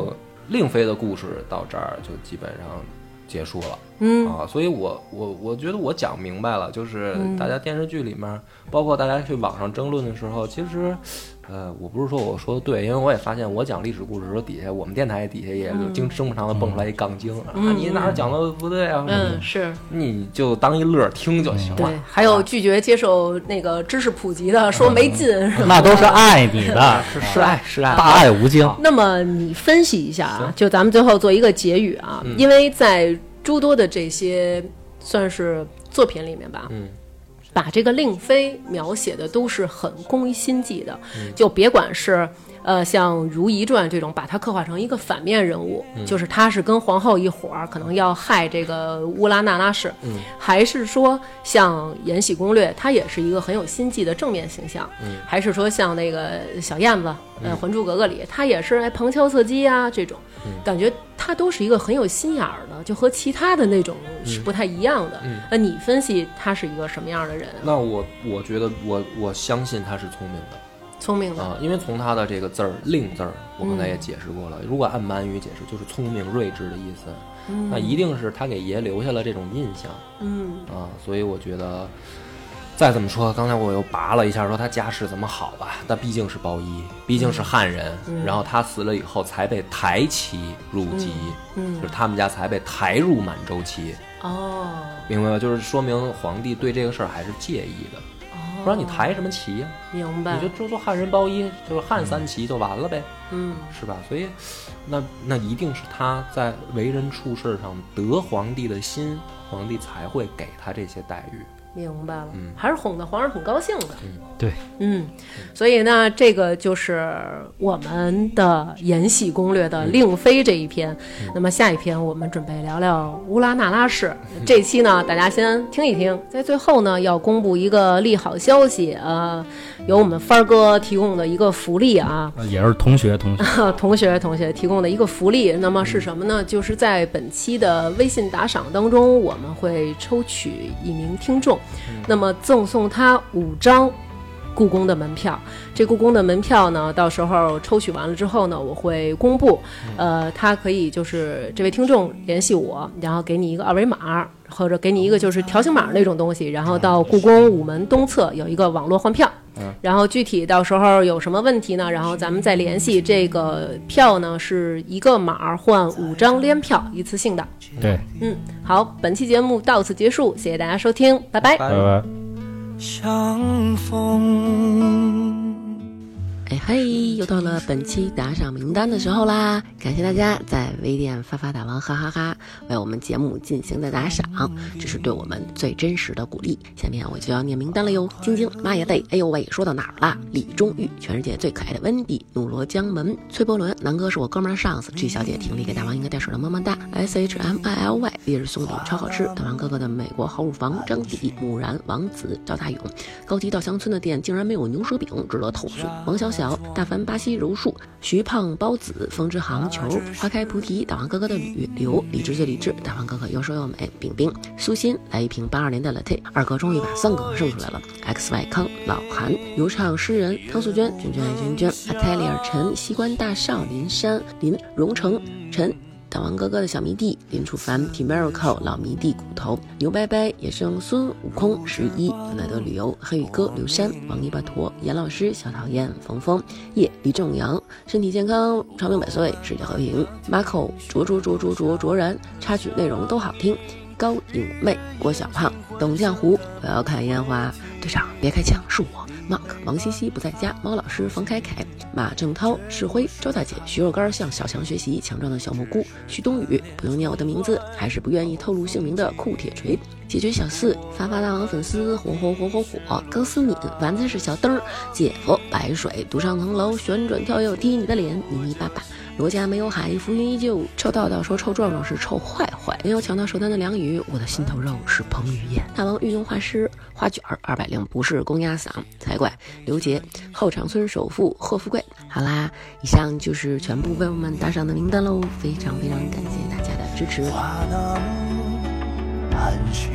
令妃的故事到这儿就基本上结束了。 嗯啊，所以我我我觉得我讲明白了，就是大家电视剧里面，嗯、包括大家去网上争论的时候，其实，呃，我不是说我说的对，因为我也发现我讲历史故事的时候，底下我们电台底下也就经经常的蹦出来一杠精、嗯、啊，你哪儿讲的不对啊？ 嗯，是， 你就当一乐听就行了。 对，还有拒绝接受那个知识普及的，说没劲， 嗯、那都是爱你的， 是是爱是爱， 大爱无疆。 那么你分析一下啊，就咱们最后做一个结语啊，嗯、因为在诸多的这些算是作品里面吧， 嗯， 把这个令妃描写的都是很攻于心计的，嗯、就别管是呃像《如懿传》这种，把它刻画成一个反面人物，嗯、就是他是跟皇后一伙儿，可能要害这个乌拉那拉氏， 嗯， 还是说像《延禧攻略》，它也是一个很有心计的正面形象， 嗯， 还是说像那个小燕子，呃，《还珠格格》里，它也是哎旁敲侧击啊这种， 嗯、 感觉它都是一个很有心眼儿的，就和其他的那种是不太一样的。 嗯， 那、嗯、你分析他是一个什么样的人？ 那我我觉得我我相信他是聪明的。 聪明的啊、呃，因为从他的这个字儿“令”字儿，我刚才也解释过了。嗯、如果按满语解释，就是聪明、睿智的意思。嗯，那一定是他给爷留下了这种印象。 嗯啊，所以我觉得，再怎么说，刚才我又拔了一下，说他家世怎么好吧？他毕竟是包衣，毕竟是汉人， 嗯、 然后他死了以后才被抬旗入籍， 嗯，嗯就是他们家才被抬入满洲旗。 哦， 明白吗？就是说明皇帝对这个事儿还是介意的。不然你抬什么旗呀、 啊？明白， 你就就做汉人包衣，就是汉三旗就完了呗， 嗯， 是吧？所以，那那一定是他在为人处事上得皇帝的心，皇帝才会给他这些待遇。 明白了， 嗯， 还是哄得皇上很高兴的。 嗯，对， 嗯，所以呢，这个就是我们的《延禧攻略》的令妃这一篇。嗯、那么下一篇我们准备聊聊乌拉那拉氏。嗯、这期呢，大家先听一听，在最后呢，要公布一个利好消息啊，由我们帆儿哥提供的一个福利啊， 也是同学同学同学同学提供的一个福利。那么是什么呢？就是在本期的微信打赏当中，我们会抽取一名听众。那么赠送他五张故宫的门票，这故宫的门票呢，到时候抽取完了之后呢，我会公布，呃，他可以就是这位听众联系我，然后给你一个二维码，或者给你一个就是条形码那种东西，然后到故宫午门东侧有一个网络换票，然后具体到时候有什么问题呢，然后咱们再联系。这个票呢是一个码换五张联票，一次性的。 对， 嗯，好，本期节目到此结束，谢谢大家收听，拜拜， 拜拜。 相逢。 哎嘿，又到了本期打赏名单的时候啦！感谢大家在微店发发大王哈哈哈为我们节目进行的打赏，这是对我们最真实的鼓励。下面我就要念名单了哟。晶晶、妈呀对，哎呦喂，说到哪儿了？李忠玉，全世界最可爱的温迪，努罗江门，崔伯伦，南哥是我哥们儿上司，G 小姐婷丽给大王应该带水的么么哒 ，S H M I L Y 烈日松饼超好吃，大王哥哥的美国好乳房，张迪、木然、王子、赵大勇，高级稻香村的店竟然没有牛舌饼，值得投诉。王小小。大凡巴西柔术，徐胖包子，风之航球，花开菩提，大王哥哥的吕刘，理智最理智，大王哥哥又瘦又美，饼饼，苏欣来一瓶八二年的 latte， 二哥终于把三哥剩出来了 ，X Y 康，老韩，游唱诗人，汤素娟，娟娟爱娟娟，阿泰里尔陈，西关大少林山林荣成陈。大王哥哥的小迷弟林楚凡 T Miracle 老迷弟骨头牛拜拜野生孙悟空十一尤乃德旅游黑羽哥刘山王一巴陀严老师小讨厌冯峰叶李正阳身体健康长命百岁世界和平 Marco 卓卓卓卓卓卓然插曲内容都好听高影妹郭小胖董江湖我要看烟花队长别开枪是我 Mark 王西西不在家猫老师冯凯凯马正涛世辉周大姐徐肉干向小强学习强壮的小蘑菇徐冬雨不用念我的名字还是不愿意透露姓名的酷铁锤解决小四发发大王粉丝火火火火火高思敏丸子是小灯儿姐夫白水独上层楼旋转跳跃踢你的脸咪咪爸爸罗家没有海浮云依旧臭道道说臭壮壮是臭坏坏没有抢到首单的梁宇我的心头肉是彭于晏大王御用画师花卷二百零不是公鸭嗓才怪刘杰后场村首富贺富贵好啦以上就是全部为我们打赏的名单喽非常非常感谢大家的支持花能安心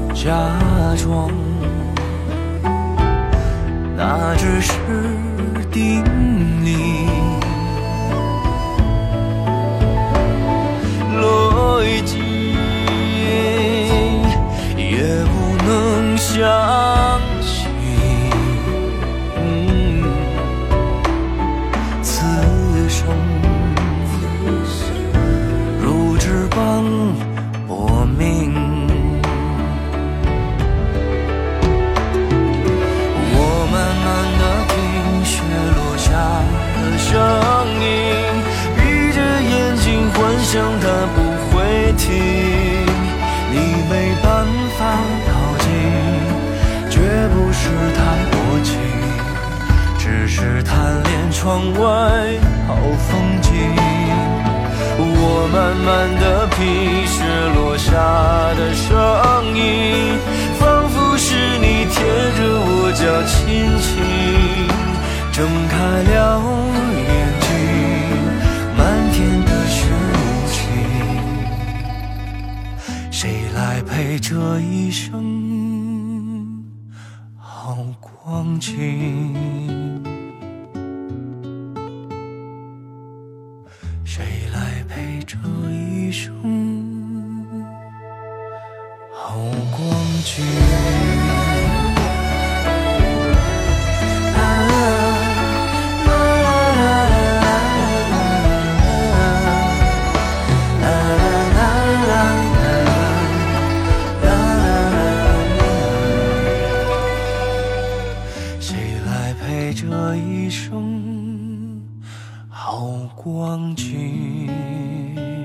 假装那只是叮咛，逻辑也不能相信，嗯，此生如纸般薄命。我慢慢地听雪落下的声音，闭着眼睛幻想它不会停，你没办法靠近，绝不是太薄情，只是贪恋窗外好风景。我慢慢地品雪落下的声音，仿佛是你贴着我脚轻轻睁开了眼睛，漫天的雪无情，谁来陪这一生好光景？谁来陪这一生好光景？谁来陪这一生好光景？